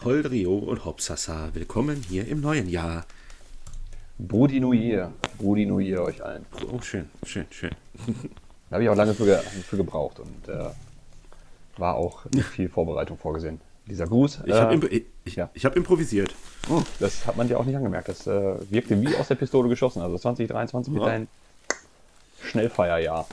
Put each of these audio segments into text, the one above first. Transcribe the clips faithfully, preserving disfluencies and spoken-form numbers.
Holdrio und Hopsasa, willkommen hier im neuen Jahr. Brudi New Year. Brudi New Year euch allen. Oh, schön, schön, schön. Da habe ich auch lange für, ge für gebraucht und äh, war auch mit viel Vorbereitung vorgesehen. Dieser Gruß. Ich habe äh, imp ich, ja. ich hab improvisiert. Das hat man dir auch nicht angemerkt. Das äh, wirkte wie aus der Pistole geschossen. Also zwanzig dreiundzwanzig mit Ja. deinem Schnellfeierjahr.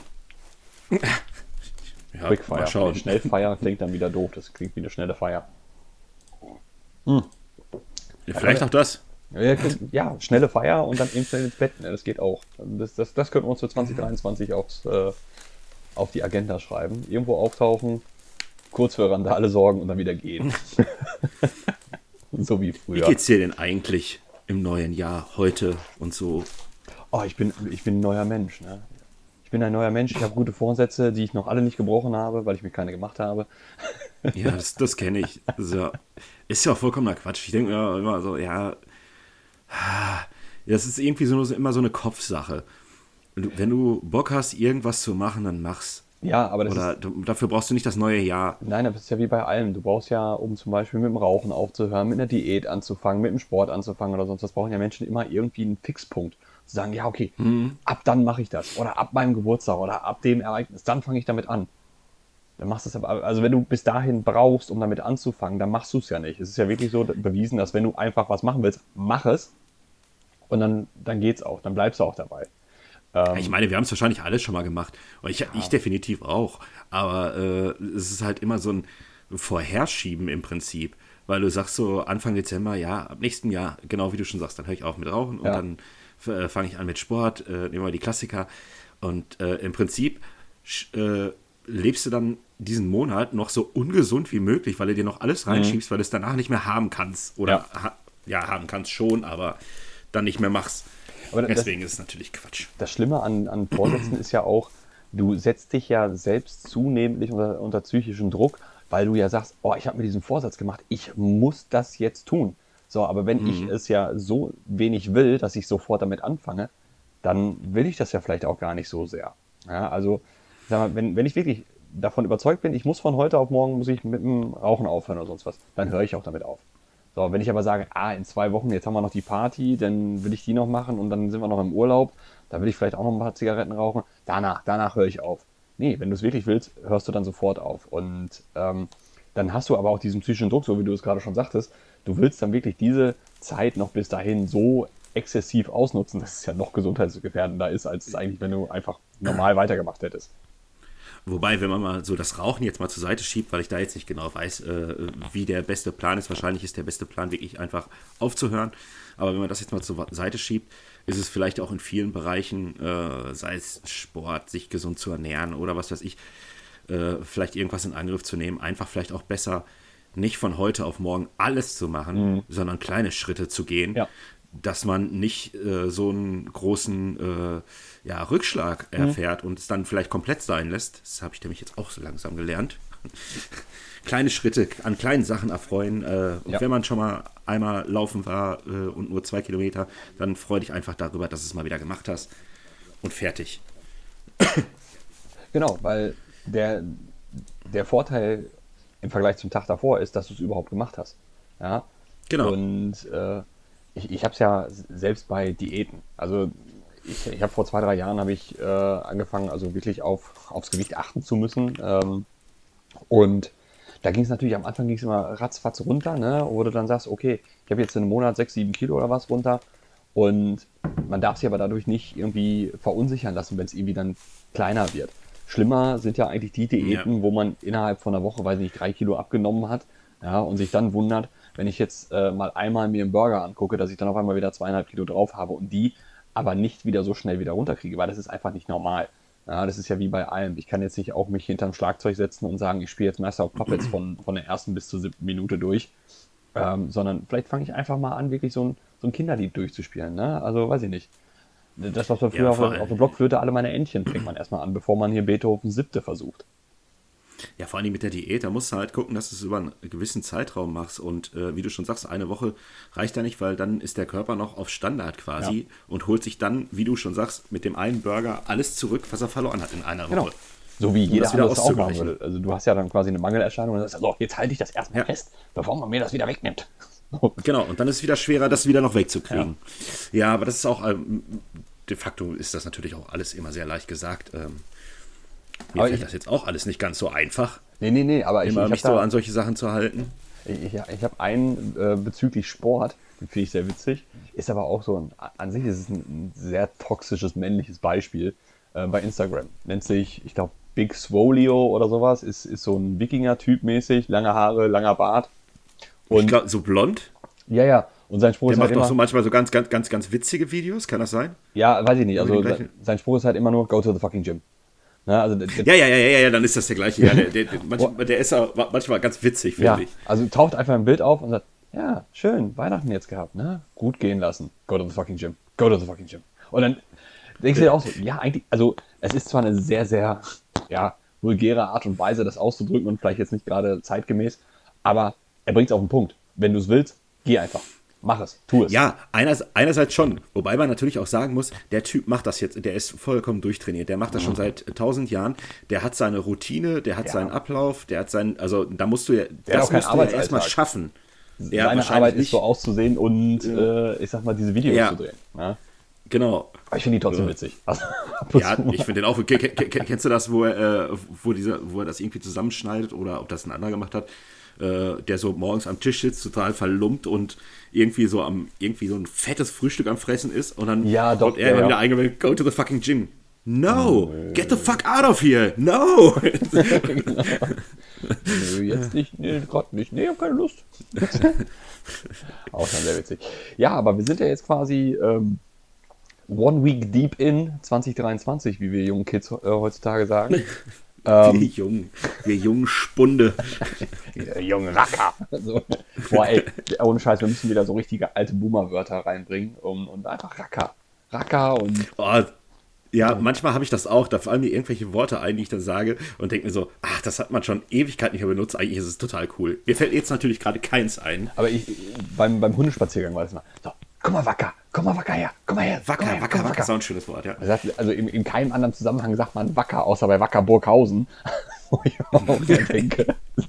Ja, Quickfire. mal schauen. Nee, Schnellfire klingt dann wieder doof. Das klingt wie eine schnelle Feier. Ja, vielleicht auch das. Ja, ja, schnelle Feier und dann eben schnell ins Bett. Ne? Das geht auch. Das, das, das könnten wir uns für zwanzig dreiundzwanzig aufs, äh, auf die Agenda schreiben. Irgendwo auftauchen, kurz für Randale sorgen und dann wieder gehen. So wie Wie früher. geht's dir denn eigentlich im neuen Jahr, heute und so? Oh, ich bin, ich bin ein neuer Mensch. Ne? Ich bin ein neuer Mensch. Ich habe gute Vorsätze, die ich noch alle nicht gebrochen habe, weil ich mir keine gemacht habe. Ja, das, das kenne ich. Das ist, ja, ist ja auch vollkommener Quatsch. Ich denke mir immer so, ja, das ist irgendwie so, immer so eine Kopfsache. Wenn du, wenn du Bock hast, irgendwas zu machen, dann mach's. Ja, aber das Oder ist, du, dafür brauchst du nicht das neue Jahr. nein, das ist ja wie bei allem. Du brauchst ja, um zum Beispiel mit dem Rauchen aufzuhören, mit einer Diät anzufangen, mit dem Sport anzufangen oder sonst was, brauchen ja Menschen immer irgendwie einen Fixpunkt. Zu sagen, ja, okay, ab dann mache ich das. Oder ab meinem Geburtstag oder ab dem Ereignis, dann fange ich damit an. Dann machst du es aber, also wenn du bis dahin brauchst, um damit anzufangen, dann machst du es ja nicht. Es ist ja wirklich so bewiesen, dass wenn du einfach was machen willst, mach es und dann, dann geht's auch, dann bleibst du auch dabei. Ja, ich meine, wir haben es wahrscheinlich alles schon mal gemacht. Und ich, ich definitiv auch. Aber äh, es ist halt immer so ein Vorherschieben im Prinzip. Weil du sagst so Anfang Dezember, ja, ab nächsten Jahr, genau wie du schon sagst, dann höre ich auf mit Rauchen und Ja. dann äh, fange ich an mit Sport, äh, nehmen wir die Klassiker. Und äh, im Prinzip sch- äh, lebst du dann diesen Monat noch so ungesund wie möglich, weil du dir noch alles reinschiebst, weil du es danach nicht mehr haben kannst. Oder Ja. ha ja, haben kannst schon, aber dann nicht mehr machst. Aber das- Deswegen ist es natürlich Quatsch. Das Schlimme an, an Vorsätzen ist ja auch, du setzt dich ja selbst zunehmend unter, unter psychischen Druck, weil du ja sagst, oh, ich habe mir diesen Vorsatz gemacht, ich muss das jetzt tun. So, aber wenn ich es ja so wenig will, dass ich sofort damit anfange, dann will ich das ja vielleicht auch gar nicht so sehr. Ja, also, sag mal, wenn, wenn ich wirklich davon überzeugt bin, ich muss von heute auf morgen muss ich mit dem Rauchen aufhören oder sonst was, dann höre ich auch damit auf. So, wenn ich aber sage, ah, in zwei Wochen, jetzt haben wir noch die Party, dann will ich die noch machen und dann sind wir noch im Urlaub, da will ich vielleicht auch noch ein paar Zigaretten rauchen, danach, danach höre ich auf. Nee, wenn du es wirklich willst, hörst du dann sofort auf. Und ähm, dann hast du aber auch diesen psychischen Druck, so wie du es gerade schon sagtest, du willst dann wirklich diese Zeit noch bis dahin so exzessiv ausnutzen, dass es ja noch gesundheitsgefährdender ist, als es eigentlich, wenn du einfach normal weitergemacht hättest. Wobei, wenn man mal so das Rauchen jetzt mal zur Seite schiebt, weil ich da jetzt nicht genau weiß, äh, wie der beste Plan ist, wahrscheinlich ist der beste Plan wirklich einfach aufzuhören. Aber wenn man das jetzt mal zur Seite schiebt, ist es vielleicht auch in vielen Bereichen, äh, sei es Sport, sich gesund zu ernähren oder was weiß ich, äh, vielleicht irgendwas in Angriff zu nehmen, einfach vielleicht auch besser, nicht von heute auf morgen alles zu machen, sondern kleine Schritte zu gehen, Ja. dass man nicht äh, so einen großen äh, ja, Rückschlag erfährt und es dann vielleicht komplett sein lässt. Das habe ich nämlich jetzt auch so langsam gelernt. Kleine Schritte an kleinen Sachen erfreuen. Äh, und Ja. wenn man schon mal einmal laufen war äh, und nur zwei Kilometer, dann freu dich einfach darüber, dass du es mal wieder gemacht hast. Und fertig. Genau, weil der, der Vorteil im Vergleich zum Tag davor ist, dass du es überhaupt gemacht hast. Ja? Genau. Und äh, ich, ich habe es ja selbst bei Diäten. Also ich, ich habe vor zwei, drei Jahren habe ich äh, angefangen, also wirklich auf, aufs Gewicht achten zu müssen. Ähm, und da ging es natürlich, am Anfang ging es immer ratzfatz runter, ne? Wo du dann sagst, okay, ich habe jetzt in einem Monat sechs, sieben Kilo oder was runter. Und man darf sich aber dadurch nicht irgendwie verunsichern lassen, wenn es irgendwie dann kleiner wird. Schlimmer sind ja eigentlich die Diäten, Ja. wo man innerhalb von einer Woche, weiß ich nicht, drei Kilo abgenommen hat, ja, und sich dann wundert, wenn ich jetzt äh, mal einmal mir einen Burger angucke, dass ich dann auf einmal wieder zweieinhalb Kilo drauf habe und die aber nicht wieder so schnell wieder runterkriege, weil das ist einfach nicht normal. Ja, das ist ja wie bei allem. Ich kann jetzt nicht auch mich hinterm Schlagzeug setzen und sagen, ich spiele jetzt Master of Puppets von, von der ersten bis zur siebten Minute durch, ähm, sondern vielleicht fange ich einfach mal an, wirklich so ein, so ein Kinderlied durchzuspielen. Ne? Also weiß ich nicht. Das, was wir früher Ja, auf, vor der- auf allem- der Blockflöte, alle meine Entchen, fängt man erstmal an, bevor man hier Beethoven siebte versucht. Ja, vor allem mit der Diät, da musst du halt gucken, dass du es über einen gewissen Zeitraum machst. Und äh, wie du schon sagst, eine Woche reicht da nicht, weil dann ist der Körper noch auf Standard quasi Ja. und holt sich dann, wie du schon sagst, mit dem einen Burger alles zurück, was er verloren hat in einer Genau. Woche. So wie um jeder das wieder andere es auch machen auszugleichen. würde. Also du hast ja dann quasi eine Mangelerscheinung und dann sagst du, so, jetzt halte ich das erstmal Ja. fest, bevor man mir das wieder wegnimmt. Genau, und dann ist es wieder schwerer, das wieder noch wegzukriegen. Ja, ja aber das ist auch, ähm, de facto ist das natürlich auch alles immer sehr leicht gesagt. Ähm, mir Aber fällt ich- das jetzt auch alles nicht ganz so einfach, Nee, nee, nee, aber ich, immer ich mich habe so da, an solche Sachen zu halten. ich, ich, ich hab einen äh, bezüglich Sport, den finde ich sehr witzig, ist aber auch so ein, an sich ist es ein, ein sehr toxisches männliches Beispiel äh, bei Instagram. Nennt sich, ich glaube, Big Swolio oder sowas, ist, ist so ein Wikinger-Typ mäßig, lange Haare, langer Bart. Ich Und glaube, so blond. ja, ja, und sein Spruch Der ist halt macht auch immer, so manchmal so ganz, ganz, ganz, ganz witzige Videos, kann das sein? ja, weiß ich nicht, also Über den sein, gleichen- sein Spruch ist halt immer nur, go to the fucking gym. Ne, also der, der, Ja, ja, ja, ja, ja, dann ist das der gleiche. Ja, der, der, der, manchmal, der ist auch manchmal ganz witzig, finde ja, ich. also taucht einfach ein Bild auf und sagt, ja, schön, Weihnachten jetzt gehabt, ne? Gut gehen lassen. Go to the fucking gym. Go to the fucking gym. Und dann denkst du dir auch so, ja, eigentlich, also es ist zwar eine sehr, sehr, ja, vulgäre Art und Weise, das auszudrücken und vielleicht jetzt nicht gerade zeitgemäß, aber er bringt es auf den Punkt. Wenn du es willst, geh einfach. Mach es, tu es. Ja, einerseits, einerseits schon. Wobei man natürlich auch sagen muss, der Typ macht das jetzt, der ist vollkommen durchtrainiert. Der macht das schon seit tausend Jahren. Der hat seine Routine, der hat Ja. seinen Ablauf, der hat seinen, also da musst du ja, hat auch das keinen musst du ja erstmal Arbeitsalltag. schaffen. Ja, Seine wahrscheinlich Arbeit ist nicht. so auszusehen und, äh, ich sag mal, diese Videos Ja. zu drehen. Ja? Genau. Aber ich finde die trotzdem Ja. witzig. Also, Ja, ich finde den auch. ke- ke- ke- Kennst du das, wo er, äh, wo, dieser, wo er das irgendwie zusammenschneidet oder ob das ein anderer gemacht hat? Äh, der so morgens am Tisch sitzt, total verlumpt und irgendwie so am irgendwie so ein fettes Frühstück am Fressen ist und dann Ja, doch, kommt er ja, immer ja. wieder eingewendet, go to the fucking gym. No, get the fuck out of here. No. Nö, jetzt nicht, nee, gerade nicht. Nee, ich hab keine Lust. Auch schon sehr witzig. Ja, aber wir sind ja jetzt quasi ähm, one week deep in zwanzig dreiundzwanzig, wie wir jungen Kids äh, heutzutage sagen. wir jungen, wir jungen Spunde. Äh, junge Racker. So. Boah, ey, ohne Scheiß, wir müssen wieder so richtige alte Boomer-Wörter reinbringen und, und einfach Racker. Racker und Oh, ja, manchmal habe ich das auch, da fallen mir irgendwelche Worte ein, die ich dann sage und denke mir so, ach, das hat man schon Ewigkeit nicht mehr benutzt, eigentlich ist es total cool. Mir fällt jetzt natürlich gerade keins ein. aber ich, beim, beim Hundespaziergang war das mal so, komm mal Wacker, komm mal Wacker her, komm mal her. Wacker, komm her, wacker, komm, wacker ist auch ein schönes Wort, ja. Das heißt, also in, in keinem anderen Zusammenhang sagt man Wacker, außer bei Wacker Burghausen. Wo ich auch wieder denke.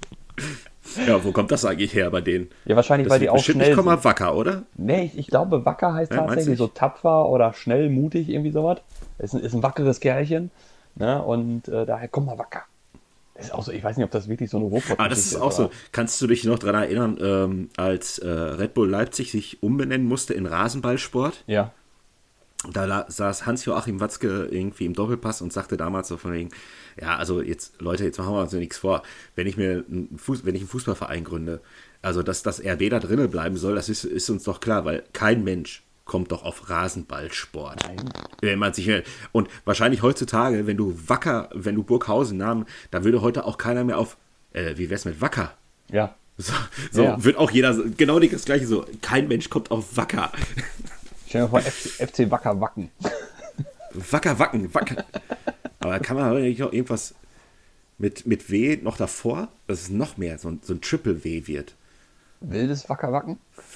Ja, wo kommt das eigentlich her bei denen? Ja, wahrscheinlich, Das weil die wird auch bestimmt schnell nicht Komma sind. Wacker, oder? Nee, ich, ich glaube, Wacker heißt Ja, meinst tatsächlich du? so tapfer oder schnell, mutig, irgendwie sowas. Ist ein, ist ein wackeres Kerlchen. Ne? Und äh, daher, komm mal Wacker. Das ist auch so, ich weiß nicht, ob das wirklich so eine Ruhrpott Ah, das ist auch so. Kannst du dich noch daran erinnern, ähm, als äh, Red Bull Leipzig sich umbenennen musste in Rasenballsport? Ja. Da la- saß Hans-Joachim Watzke irgendwie im Doppelpass und sagte damals so von wegen, ja, also jetzt, Leute, jetzt machen wir uns ja nichts vor. Wenn ich mir einen Fuß, wenn ich einen Fußballverein gründe, also dass das R B da drinnen bleiben soll, das ist, ist uns doch klar, weil kein Mensch kommt doch auf Rasenballsport. Nein. Wenn man sich, und wahrscheinlich heutzutage, wenn du Wacker, wenn du Burghausen nahmen, da würde heute auch keiner mehr auf, äh, wie wär's mit Wacker? Ja. So, so Ja. wird auch jeder, so- genau das gleiche so, kein Mensch kommt auf Wacker. Stell dir vor, F C, F C Wacker Wacken. Wacker, Wacken, Wacker. Aber da kann man aber nicht noch irgendwas mit, mit W noch davor, dass es noch mehr so ein, so ein Triple W wird. Wildes Wacker Wacken?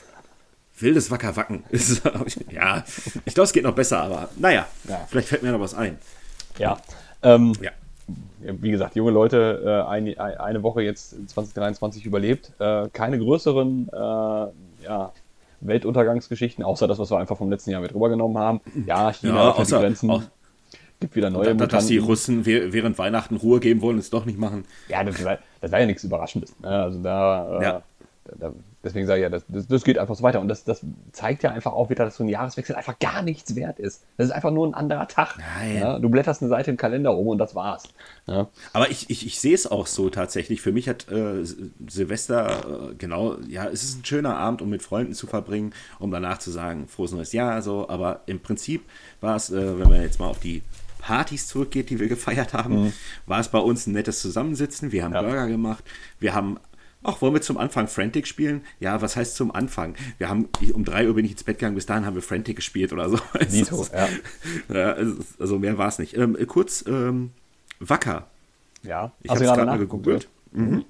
Wildes Wacker, Wacken. Ist- Ja, ich glaube, es geht noch besser, aber naja, Ja. vielleicht fällt mir noch was ein. Ja. Ähm, Ja. Wie gesagt, junge Leute, äh, eine, eine Woche jetzt zwanzig dreiundzwanzig überlebt. Äh, keine größeren äh, ja, Weltuntergangsgeschichten, außer das, was wir einfach vom letzten Jahr mit rübergenommen haben. Ja, China Ja, öffnet außer- die Grenzen. au- Gibt wieder neue Dass, dass die Mutanten. Russen wäh- während Weihnachten Ruhe geben wollen, es doch nicht machen. Ja, das war, das war ja nichts Überraschendes. Ne? Also da, äh, Ja. da, deswegen sage ich ja, das, das, das geht einfach so weiter. Und das, das zeigt ja einfach auch wieder, dass so ein Jahreswechsel einfach gar nichts wert ist. Das ist einfach nur ein anderer Tag. Nein. Ja? Du blätterst eine Seite im Kalender um und das war's. Ja? Aber ich, ich, ich sehe es auch so tatsächlich. Für mich hat äh, Sil- Silvester, äh, genau, ja, es ist ein schöner Abend, um mit Freunden zu verbringen, um danach zu sagen, frohes neues Jahr, so. Aber im Prinzip war es, äh, wenn man jetzt mal auf die Partys zurückgeht, die wir gefeiert haben, war es bei uns ein nettes Zusammensitzen. Wir haben Ja. Burger gemacht, wir haben, ach, wollen wir zum Anfang Frantic spielen? Ja, was heißt zum Anfang? Wir haben, ich, um drei Uhr bin ich ins Bett gegangen, bis dahin haben wir Frantic gespielt oder so. Es Dito, ist- ja. ja, es ist- also mehr war es nicht. Ähm, kurz, ähm, Wacker. Ja. Ich Hast habe du es gerade gerade mal nachgeguckt? gegoogelt. Mhm.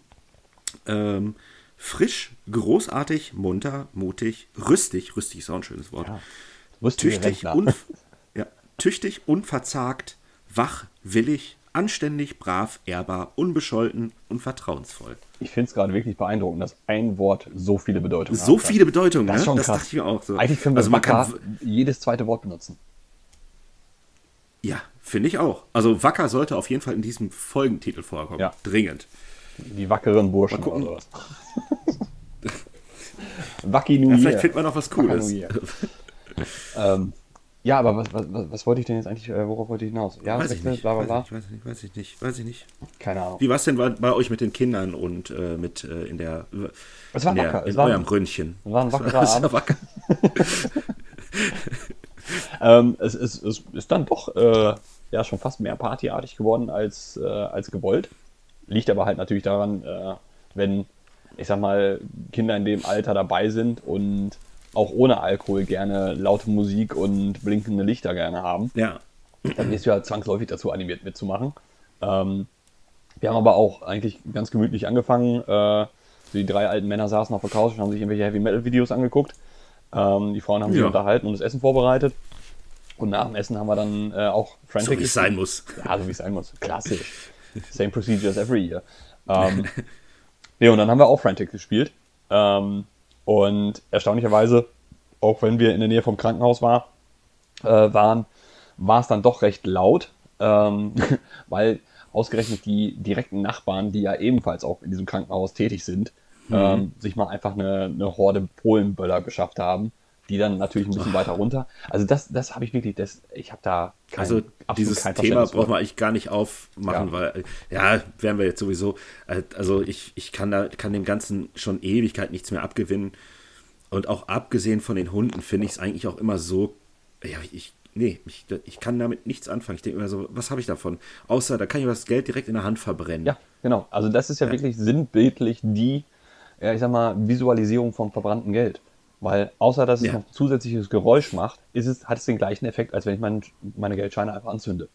Ähm, frisch, großartig, munter, mutig, rüstig, rüstig ist auch ein schönes Wort. Ja. Rüstige Tüchtig, Rentner. unf ja, tüchtig, unverzagt, wach, willig, Anständig, brav, ehrbar, unbescholten und vertrauensvoll. Ich finde es gerade wirklich beeindruckend, dass ein Wort so viele Bedeutungen hat. So viele Bedeutungen, Das ist ne? schon Das krass. dachte ich mir auch so. Eigentlich können wir also man wacker kann, jedes zweite Wort benutzen. ja, finde ich auch. Also wacker sollte auf jeden Fall in diesem Folgentitel vorkommen. Ja. Dringend. Die wackeren Burschen Mal gucken. oder sowas. Wacky New Ja, Year. vielleicht findet man noch was Wacker Cooles. New Year. ähm, ja, aber was, was, was, was wollte ich denn jetzt eigentlich, äh, worauf wollte ich hinaus? Ja, Weiß ich Wechsel, nicht, bla bla weiß bla. ich nicht, weiß ich nicht, weiß ich nicht. Keine Ahnung. Wie war es denn bei, bei euch mit den Kindern und äh, mit äh, in der Es war in, der, wacker. Es in war, eurem Röntchen? es war ein wackerer Es war Abend. wacker. Ähm, es, es, es ist dann doch äh, ja, schon fast mehr partyartig geworden als, äh, als gewollt. Liegt aber halt natürlich daran, äh, wenn, ich sag mal, Kinder in dem Alter dabei sind und auch ohne Alkohol gerne laute Musik und blinkende Lichter gerne haben, Ja. dann wirst du ja zwangsläufig dazu animiert mitzumachen. Ähm, wir haben aber auch eigentlich ganz gemütlich angefangen. Äh, die drei alten Männer saßen auf der Couch und haben sich irgendwelche Heavy-Metal-Videos angeguckt. Ähm, die Frauen haben sich Ja. unterhalten und das Essen vorbereitet. Und nach dem Essen haben wir dann äh, auch Frantic So wie es sein muss. Ja, so wie es sein muss. Klassisch. Same procedure as every year. Ähm, nee, und dann haben wir auch Frantic gespielt. Ähm, und erstaunlicherweise, auch wenn wir in der Nähe vom Krankenhaus war, äh, waren, war es dann doch recht laut, ähm, weil ausgerechnet die direkten Nachbarn, die ja ebenfalls auch in diesem Krankenhaus tätig sind, Mhm. ähm, sich mal einfach eine, eine Horde Polenböller beschafft haben, die dann natürlich ein bisschen weiter runter. Also das, das habe ich wirklich, das, ich habe da kein, Also absolut dieses kein Thema Verständnis für. brauchen wir eigentlich gar nicht aufmachen, Ja. weil, ja, werden wir jetzt sowieso, äh, also ich, ich kann da, kann dem Ganzen schon Ewigkeit nichts mehr abgewinnen. Und auch abgesehen von den Hunden finde ich es eigentlich auch immer so, ja, ich, nee, ich, ich kann damit nichts anfangen. Ich denke immer so, was habe ich davon? Außer, da kann ich das Geld direkt in der Hand verbrennen. Ja, genau. Also das ist ja, Ja. wirklich sinnbildlich die, ja, ich sag mal, Visualisierung vom verbrannten Geld. Weil außer, dass es Ja. noch zusätzliches Geräusch macht, ist es, hat es den gleichen Effekt, als wenn ich mein, meine Geldscheine einfach anzünde.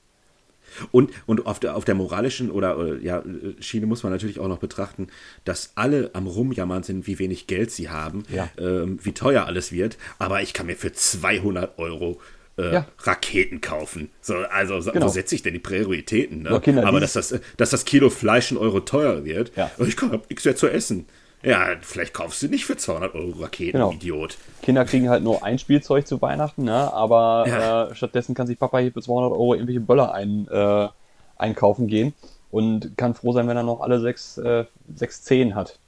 Und, und auf, der, auf der moralischen oder, oder ja, Schiene muss man natürlich auch noch betrachten, dass alle am Rumjammern sind, wie wenig Geld sie haben, Ja. ähm, wie teuer alles wird. Aber ich kann mir für zweihundert Euro äh, Ja. Raketen kaufen. So, also so, Genau. wo setze ich denn die Prioritäten? Ne? Aber Kinder, Aber dieses- dass das, dass das Kilo Fleisch ein Euro teurer wird, Ja. ich habe nichts mehr zu essen. Ja, vielleicht kaufst du nicht für zweihundert Euro Raketen, Genau. Idiot. Kinder kriegen halt nur ein Spielzeug zu Weihnachten, ne? Aber Ja. äh, stattdessen kann sich Papa hier für zweihundert Euro irgendwelche Böller ein, äh, einkaufen gehen und kann froh sein, wenn er noch alle sechs, äh, sechs Zehen hat.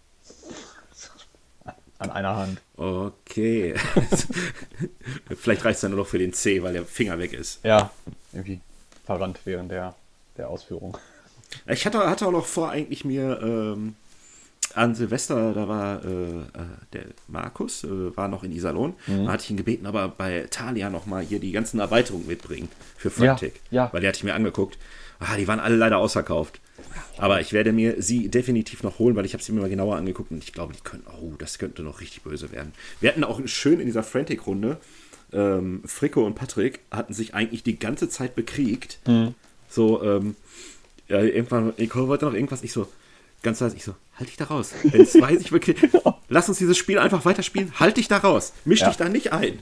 An einer Hand. Okay. Vielleicht reicht es dann nur noch für den C, weil der Finger weg ist. Ja, irgendwie verrannt während der, der Ausführung. Ich hatte, hatte auch noch vor, eigentlich mir ähm, an Silvester, da war äh, äh, der Markus, äh, war noch in Iserlohn. Mhm. Da hatte ich ihn gebeten, aber bei Thalia nochmal hier die ganzen Erweiterungen mitbringen für Frantic. Ja, ja. Weil die hatte ich mir angeguckt. Ah, die waren alle leider ausverkauft. Aber ich werde mir sie definitiv noch holen, weil ich habe sie mir mal genauer angeguckt und ich glaube, die können, oh, das könnte noch richtig böse werden. Wir hatten auch schön in dieser Frantic-Runde, ähm, Fricko und Patrick hatten sich eigentlich die ganze Zeit bekriegt. Mhm. So, ähm, ja, irgendwann, ich wollte noch irgendwas, ich so, ganz leise, ich so, halt dich da raus. Wenn zwei sich bekriegen, lass uns dieses Spiel einfach weiterspielen, halt dich da raus, misch Ja. dich da nicht ein.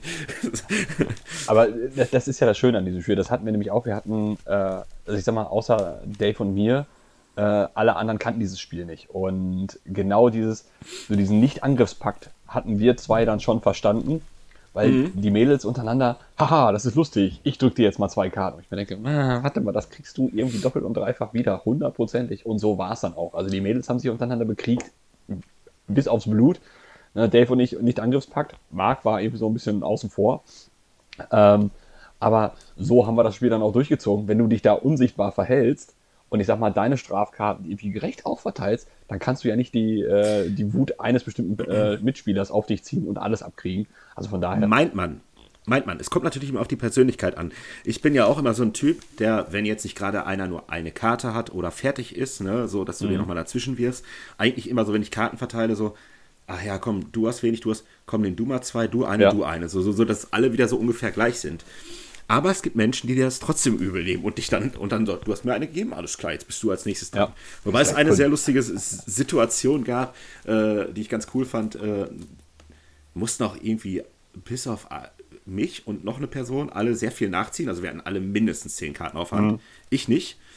Aber das, das ist ja das Schöne an diesem Spiel. Das hatten wir nämlich auch. Wir hatten, äh, also ich sag mal, außer Dave und mir, äh, alle anderen kannten dieses Spiel nicht. Und genau dieses, so diesen Nicht-Angriffspakt hatten wir zwei dann schon verstanden, weil Mhm. die Mädels untereinander, haha, das ist lustig, ich drück dir jetzt mal zwei Karten. Und ich mir denke, ah, warte mal, das kriegst du irgendwie doppelt und dreifach wieder, hundertprozentig. Und so war es dann auch. Also die Mädels haben sich untereinander bekriegt, bis aufs Blut. Ne, Dave und ich nicht Angriffspakt. Marc war eben so ein bisschen außen vor. Ähm, aber so haben wir das Spiel dann auch durchgezogen. Wenn du dich da unsichtbar verhältst und ich sag mal, deine Strafkarten irgendwie gerecht aufverteilst, dann kannst du ja nicht die, äh, die Wut eines bestimmten äh, Mitspielers auf dich ziehen und alles abkriegen. Also von daher. Meint man. Meint man. Es kommt natürlich immer auf die Persönlichkeit an. Ich bin ja auch immer so ein Typ, der, wenn jetzt nicht gerade einer nur eine Karte hat oder fertig ist, ne, so, dass du Mhm. dir nochmal dazwischen wirfst, eigentlich immer so, wenn ich Karten verteile, so, ach ja, komm, du hast wenig, du hast, komm, nimm du mal zwei, du eine, Ja. du eine, so, so, so, dass alle wieder so ungefähr gleich sind. Aber es gibt Menschen, die dir das trotzdem übel nehmen und dich dann, und dann so, du hast mir eine gegeben, alles klar, jetzt bist du als nächstes dran. Ja. Wobei es Ja, eine cool. sehr lustige S- Situation gab, äh, die ich ganz cool fand, äh, mussten auch irgendwie bis auf äh, mich und noch eine Person alle sehr viel nachziehen. Also wir hatten alle mindestens zehn Karten auf Hand. Ich nicht.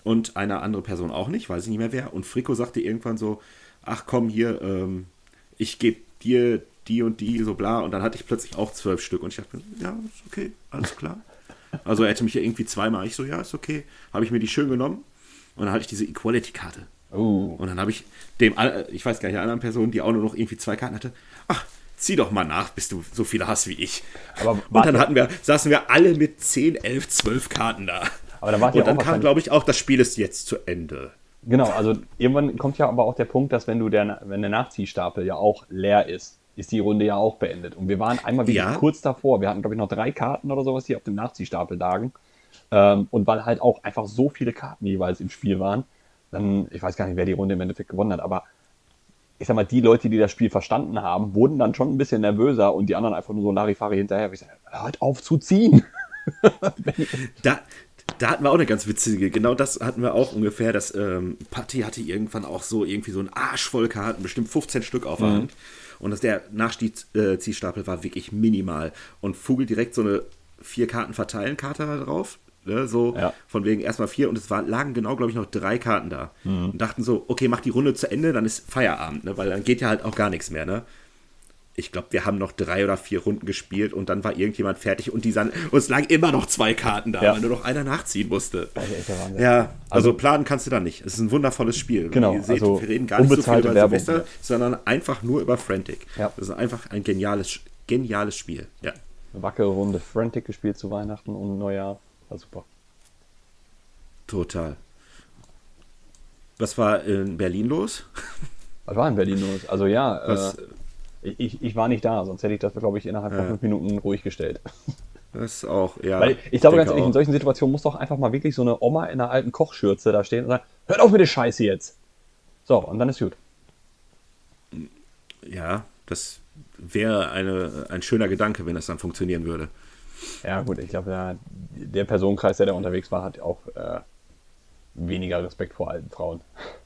und eine andere Person auch nicht, weiß ich nicht mehr wer. Und Frico sagte irgendwann so, ach komm hier, ähm, ich gebe dir die und die, so bla. Und dann hatte ich plötzlich auch zwölf Stück. Und ich dachte, ja, ist okay, alles klar. Also er hätte mich ja irgendwie zweimal, ich so, ja, ist okay. Habe ich mir die schön genommen. Und dann hatte ich diese Equality-Karte. Oh. Und dann habe ich dem, ich weiß gar nicht, der anderen Person, die auch nur noch irgendwie zwei Karten hatte, ach, zieh doch mal nach, bis du so viele hast wie ich. Aber und dann hatten wir, saßen wir alle mit zehn, elf, zwölf Karten da. Aber da wart und ihr dann auch kam, glaube ich, auch, das Spiel ist jetzt zu Ende. Genau, also irgendwann kommt ja aber auch der Punkt, dass wenn du der, wenn der Nachziehstapel ja auch leer ist, ist die Runde ja auch beendet. Und wir waren einmal wieder Ja. kurz davor. Wir hatten, glaube ich, noch drei Karten oder sowas, die auf dem Nachziehstapel lagen. Ähm, und weil halt auch einfach so viele Karten jeweils im Spiel waren, dann, ich weiß gar nicht, wer die Runde im Endeffekt gewonnen hat, aber ich sag mal, die Leute, die das Spiel verstanden haben, wurden dann schon ein bisschen nervöser und die anderen einfach nur so Larifari hinterher. Ich sag, hört auf zu ziehen. Da, da hatten wir auch eine ganz witzige, genau das hatten wir auch ungefähr, dass ähm, Patti hatte irgendwann auch so irgendwie so einen Arsch voll Karten, bestimmt fünfzehn Stück auf der Mhm. Hand. Und dass der Nachziehstapel war wirklich minimal. Und Vogel direkt so eine vier Karten verteilen Karte da drauf. Ne, so Ja. von wegen erstmal vier und es war, lagen genau, glaube ich, noch drei Karten da. Und dachten so, okay, mach die Runde zu Ende, dann ist Feierabend, ne, weil dann geht ja halt auch gar nichts mehr, ne? Ich glaube, wir haben noch drei oder vier Runden gespielt und dann war irgendjemand fertig und die san- uns lagen immer noch zwei Karten da, Ja. weil nur noch einer nachziehen musste. Das ist echt der Wahnsinn. Ja, also, Also- planen kannst du da nicht. Es ist ein wundervolles Spiel. Genau, Ihr seht, also wir reden gar nicht so viel unbezahlte über Werbung, Silvester, ja. sondern einfach nur über Frantic. Ja. Das ist einfach ein geniales, geniales Spiel. Ja. Eine wackere Runde Frantic gespielt zu Weihnachten und Neujahr. War super. Total. Was war in Berlin los? Was war in Berlin los? Also ja, Was, äh, ich, ich war nicht da, sonst hätte ich das, glaube ich, innerhalb von Ja. fünf Minuten ruhig gestellt. das auch, ja. Weil ich glaube ganz denke ehrlich, in auch. solchen Situationen muss doch einfach mal wirklich so eine Oma in einer alten Kochschürze da stehen und sagen, hört auf mit der Scheiße jetzt. So, und dann ist gut. Ja, das wäre eine, ein schöner Gedanke, wenn das dann funktionieren würde. Ja gut, ich glaube, der, der Personenkreis, der da unterwegs war, hat auch äh, weniger Respekt vor alten Frauen.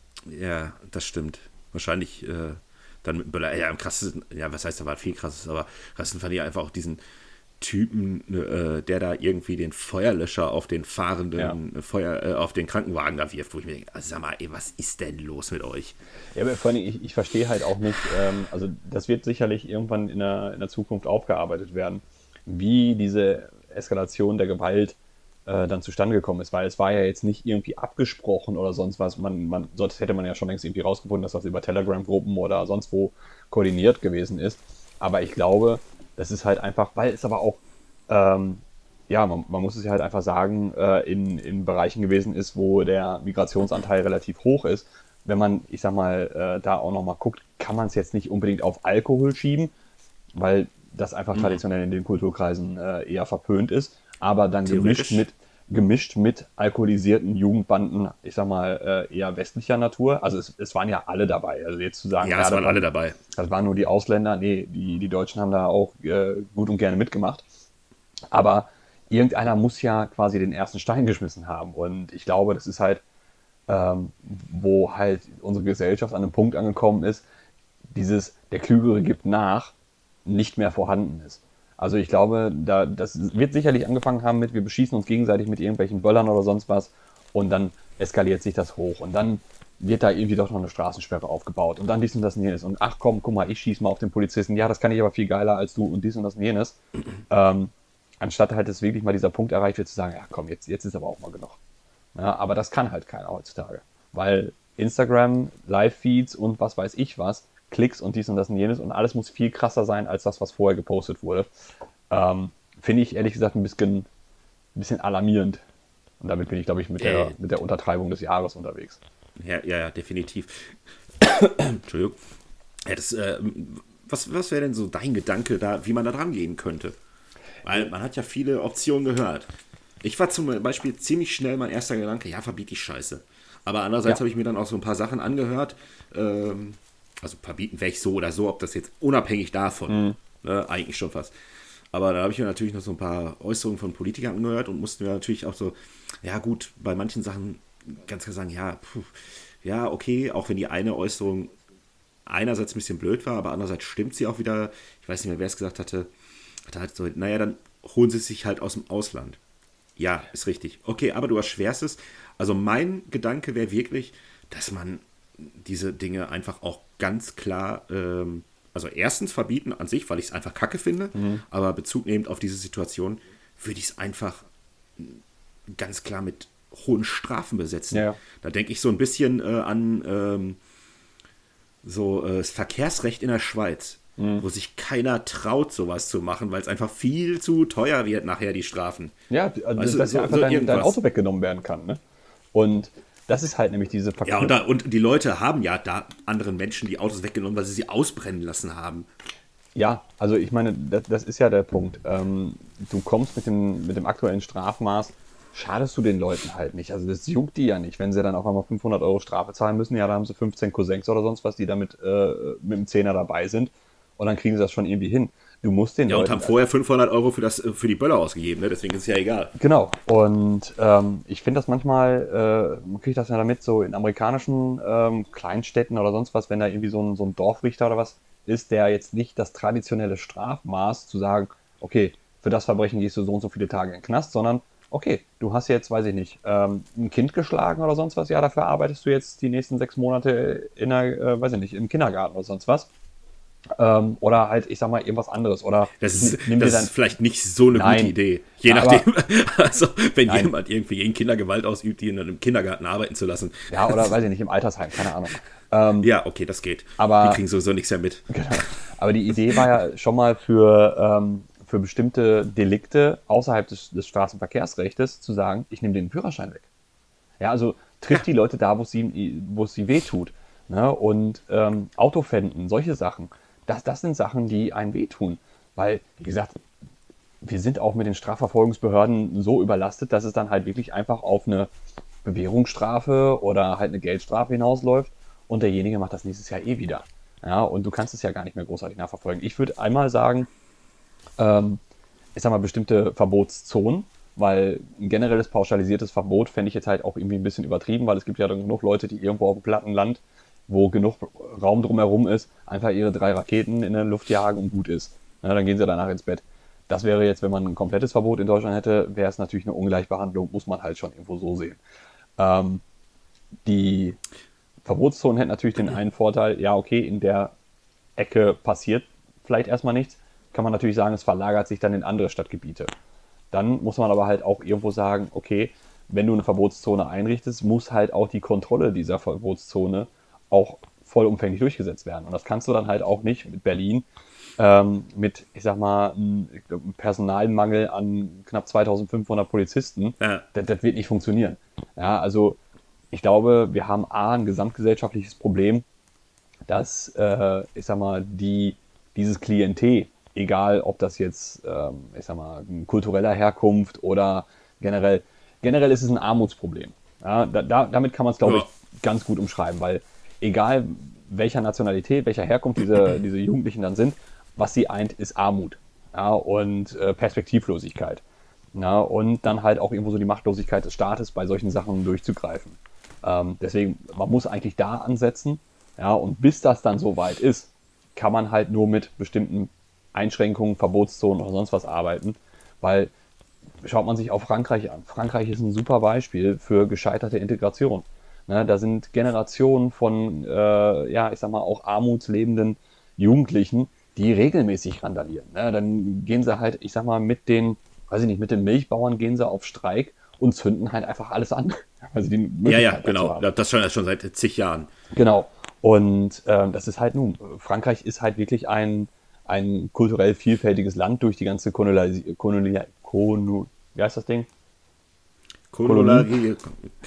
Ja, das stimmt. Wahrscheinlich äh, dann mit Böller. Ja, am krassesten, ja, was heißt, da war viel krasses, aber krassesten fand ich einfach auch diesen Typen, äh, der da irgendwie den Feuerlöscher auf den fahrenden Ja. Feuer, äh, auf den Krankenwagen da wirft, wo ich mir denke, also sag mal, ey, was ist denn los mit euch? Ja, aber vor allem, ich, ich verstehe halt auch nicht, ähm, also das wird sicherlich irgendwann in der, in der Zukunft aufgearbeitet werden, wie diese Eskalation der Gewalt äh, dann zustande gekommen ist, weil es war ja jetzt nicht irgendwie abgesprochen oder sonst was. Man, man, sonst hätte man ja schon längst irgendwie rausgefunden, dass das über Telegram-Gruppen oder sonst wo koordiniert gewesen ist. Aber ich glaube, das ist halt einfach, weil es aber auch, ähm, ja, man, man muss es ja halt einfach sagen, äh, in, in Bereichen gewesen ist, wo der Migrationsanteil relativ hoch ist. Wenn man, ich sag mal, äh, da auch nochmal guckt, kann man es jetzt nicht unbedingt auf Alkohol schieben, weil das einfach Mhm. traditionell in den Kulturkreisen äh, eher verpönt ist, aber dann Theoretisch. gemischt mit, gemischt mit alkoholisierten Jugendbanden, ich sag mal, äh, eher westlicher Natur. Also es, es waren ja alle dabei. Also jetzt zu sagen, Ja, es das waren alle dabei. das waren nur die Ausländer, nee, die, die Deutschen haben da auch äh, gut und gerne mitgemacht. Aber irgendeiner muss ja quasi den ersten Stein geschmissen haben. Und ich glaube, das ist halt, ähm, wo halt unsere Gesellschaft an einem Punkt angekommen ist, dieses, der Klügere gibt nach, nicht mehr vorhanden ist. Also ich glaube, da, das wird sicherlich angefangen haben mit, wir beschießen uns gegenseitig mit irgendwelchen Böllern oder sonst was und dann eskaliert sich das hoch und dann wird da irgendwie doch noch eine Straßensperre aufgebaut und dann dies und das und jenes und ach komm, guck mal, ich schieße mal auf den Polizisten, ja, das kann ich aber viel geiler als du und dies und das und jenes. ähm, anstatt halt, dass wirklich mal dieser Punkt erreicht wird, zu sagen, ja komm, jetzt, jetzt ist aber auch mal genug. Ja, aber das kann halt keiner heutzutage, weil Instagram, Live-Feeds und was weiß ich was, Klicks und dies und das und jenes und alles muss viel krasser sein als das, was vorher gepostet wurde. Ähm, Finde ich ehrlich gesagt ein bisschen, ein bisschen alarmierend. Und damit bin ich, glaube ich, mit der, Äh. mit der Untertreibung des Jahres unterwegs. Ja, ja, ja, definitiv. Entschuldigung. Ja, das, äh, was was wäre denn so dein Gedanke da, wie man da dran gehen könnte? Weil man hat ja viele Optionen gehört. Ich war zum Beispiel ziemlich schnell mein erster Gedanke, ja, verbiet die Scheiße. Aber andererseits Ja. habe ich mir dann auch so ein paar Sachen angehört. Ähm, also verbieten wäre ich so oder so, ob das jetzt unabhängig davon, ne, eigentlich schon fast. Aber da habe ich mir natürlich noch so ein paar Äußerungen von Politikern angehört und mussten wir natürlich auch so, ja gut, bei manchen Sachen ganz klar sagen, ja, puh, ja, okay, auch wenn die eine Äußerung einerseits ein bisschen blöd war, aber andererseits stimmt sie auch wieder. Ich weiß nicht mehr, wer es gesagt hatte. Hat halt so, naja, dann holen sie es sich halt aus dem Ausland. Ja, ist richtig. Okay, aber du erschwerst es. Also mein Gedanke wäre wirklich, dass man diese Dinge einfach auch ganz klar, ähm, also erstens verbieten an sich, weil ich es einfach kacke finde, mhm. aber Bezug nehmend auf diese Situation würde ich es einfach ganz klar mit hohen Strafen besetzen. Ja. Da denke ich so ein bisschen äh, an ähm, so äh, das Verkehrsrecht in der Schweiz, mhm. wo sich keiner traut, sowas zu machen, weil es einfach viel zu teuer wird nachher, die Strafen. Ja, also weißt dass du, ja so, einfach so dein, dein irgendwas. Auto weggenommen werden kann. Ne? Und das ist halt nämlich diese Ja, und, da, und die Leute haben ja da anderen Menschen die Autos weggenommen, weil sie sie ausbrennen lassen haben. Ja, also ich meine, das, das ist ja der Punkt. Ähm, du kommst mit dem, mit dem aktuellen Strafmaß, schadest du den Leuten halt nicht. Also das juckt die ja nicht. Wenn sie dann auf einmal fünfhundert Euro Strafe zahlen müssen, ja, da haben sie fünfzehn Cousins oder sonst was, die damit äh, mit dem Zehner dabei sind. Und dann kriegen sie das schon irgendwie hin. Du musst den ja, Leuten... und haben vorher fünfhundert Euro für, das, für die Böller ausgegeben, ne? Deswegen ist es ja egal. Genau. Und ähm, ich finde das manchmal, äh, man kriegt das ja damit so in amerikanischen ähm, Kleinstädten oder sonst was, wenn da irgendwie so ein, so ein Dorfrichter oder was ist, der jetzt nicht das traditionelle Strafmaß zu sagen, okay, für das Verbrechen gehst du so und so viele Tage in den Knast, sondern okay, du hast jetzt, weiß ich nicht, ähm, ein Kind geschlagen oder sonst was, ja, dafür arbeitest du jetzt die nächsten sechs Monate in der, äh, weiß ich nicht, im Kindergarten oder sonst was. Ähm, oder halt, ich sag mal, irgendwas anderes. Oder das ist, nimm dir das dann, ist vielleicht nicht so eine nein, gute Idee. Je ja, nachdem, also wenn nein. jemand irgendwie gegen Kindergewalt ausübt, die in einem Kindergarten arbeiten zu lassen. Ja, oder weiß ich nicht, im Altersheim, keine Ahnung. Ähm, ja, okay, das geht. aber, die kriegen sowieso nichts mehr mit. Genau. Aber die Idee war ja schon mal für, ähm, für bestimmte Delikte außerhalb des, des Straßenverkehrsrechtes zu sagen, ich nehme den Führerschein weg. Ja, also trifft ja. die Leute da, wo es sie, wo es sie wehtut. Ne? Und ähm, Autofänden, solche Sachen, das, das sind Sachen, die einen wehtun. Weil, wie gesagt, wir sind auch mit den Strafverfolgungsbehörden so überlastet, dass es dann halt wirklich einfach auf eine Bewährungsstrafe oder halt eine Geldstrafe hinausläuft und derjenige macht das nächstes Jahr eh wieder. Ja, und du kannst es ja gar nicht mehr großartig nachverfolgen. Ich würde einmal sagen, ähm, ich sag mal, bestimmte Verbotszonen, weil ein generelles pauschalisiertes Verbot fände ich jetzt halt auch irgendwie ein bisschen übertrieben, weil es gibt ja dann genug Leute, die irgendwo auf dem platten Land, wo genug Raum drumherum ist, einfach ihre drei Raketen in der Luft jagen und gut ist. Ja, dann gehen sie danach ins Bett. Das wäre jetzt, wenn man ein komplettes Verbot in Deutschland hätte, wäre es natürlich eine Ungleichbehandlung, muss man halt schon irgendwo so sehen. Ähm, die Verbotszonen hätten natürlich den einen Vorteil, ja okay, in der Ecke passiert vielleicht erstmal nichts, kann man natürlich sagen, es verlagert sich dann in andere Stadtgebiete. Dann muss man aber halt auch irgendwo sagen, okay, wenn du eine Verbotszone einrichtest, muss halt auch die Kontrolle dieser Verbotszone auch vollumfänglich durchgesetzt werden. Und das kannst du dann halt auch nicht mit Berlin, ähm, mit, ich sag mal, einem Personalmangel an knapp zweitausendfünfhundert Polizisten. Ja. Das, das wird nicht funktionieren. Ja, also ich glaube, wir haben A, ein gesamtgesellschaftliches Problem, dass, äh, ich sag mal, die, dieses Klientel, egal ob das jetzt, ähm, ich sag mal, kultureller Herkunft oder generell, generell ist es ein Armutsproblem. Ja, da, da, damit kann man es, glaube ja. ich, ganz gut umschreiben, weil egal welcher Nationalität, welcher Herkunft diese, diese Jugendlichen dann sind, was sie eint, ist Armut, ja, und äh, Perspektivlosigkeit. Ja, und dann halt auch irgendwo so die Machtlosigkeit des Staates, bei solchen Sachen durchzugreifen. Ähm, deswegen, man muss eigentlich da ansetzen, ja, und bis das dann so weit ist, kann man halt nur mit bestimmten Einschränkungen, Verbotszonen oder sonst was arbeiten, weil schaut man sich auch Frankreich an. Frankreich ist ein super Beispiel für gescheiterte Integration. Ne, da sind Generationen von, äh, ja, ich sag mal, auch armutslebenden Jugendlichen, die regelmäßig randalieren. Ne, dann gehen sie halt, ich sag mal, mit den, weiß ich nicht, mit den Milchbauern gehen sie auf Streik und zünden halt einfach alles an. Also die ja, ja, genau. Das schon, das schon seit zig Jahren. Genau. Und ähm, das ist halt nun, Frankreich ist halt wirklich ein, ein kulturell vielfältiges Land durch die ganze Kolonialisierung. Kolonial, Kolonial, wie heißt das Ding? Kolonie.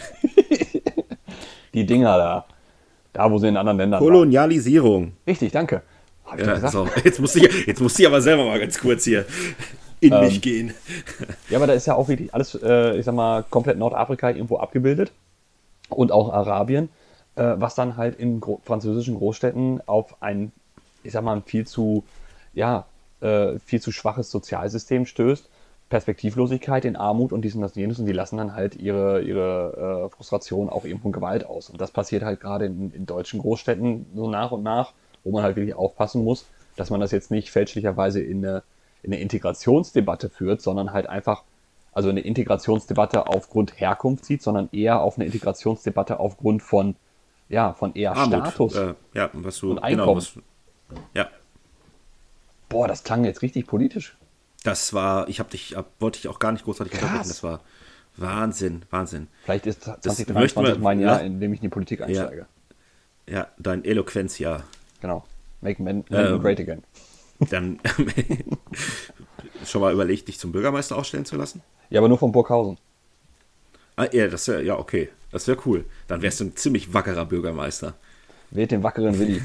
Die Dinger da. Da, wo sie in anderen Ländern Kolonialisierung. waren. Richtig, danke. Hab ich ja, gesagt? So. Jetzt musste ich, jetzt musste ich aber selber mal ganz kurz hier in ähm, mich gehen. Ja, aber da ist ja auch wirklich alles, äh, ich sag mal, komplett Nordafrika irgendwo abgebildet. Und auch Arabien. Äh, was dann halt in gro- französischen Großstädten auf ein, ich sag mal, ein viel zu, ja, äh, viel zu schwaches Sozialsystem stößt. Perspektivlosigkeit in Armut und dies und das und jenes und die lassen dann halt ihre, ihre äh, Frustration auch irgendwo in Gewalt aus. Und das passiert halt gerade in, in deutschen Großstädten so nach und nach, wo man halt wirklich aufpassen muss, dass man das jetzt nicht fälschlicherweise in eine, in eine Integrationsdebatte führt, sondern halt einfach also eine Integrationsdebatte aufgrund Herkunft sieht, sondern eher auf eine Integrationsdebatte aufgrund von, ja, von eher Armut, Status äh, ja, was du, und genau, Einkommen. was, ja, Boah, das klang jetzt richtig politisch. das war, ich habe dich, ab, wollte ich auch gar nicht großartig Krass. unterbrechen, das war Wahnsinn, Wahnsinn. Vielleicht ist möchten zwanzig wir- dreiundzwanzig mein Jahr, ja. in dem ich in die Politik einsteige. Ja, dein Eloquenz, ja. Genau. Make men, men Ähm. great again. Dann schon mal überlegt, dich zum Bürgermeister aufstellen zu lassen? Ja, aber nur von Burghausen. Ah, ja, das wäre, ja, okay. Das wäre cool. Dann wärst du ein ziemlich wackerer Bürgermeister. Wählt den wackeren Willi.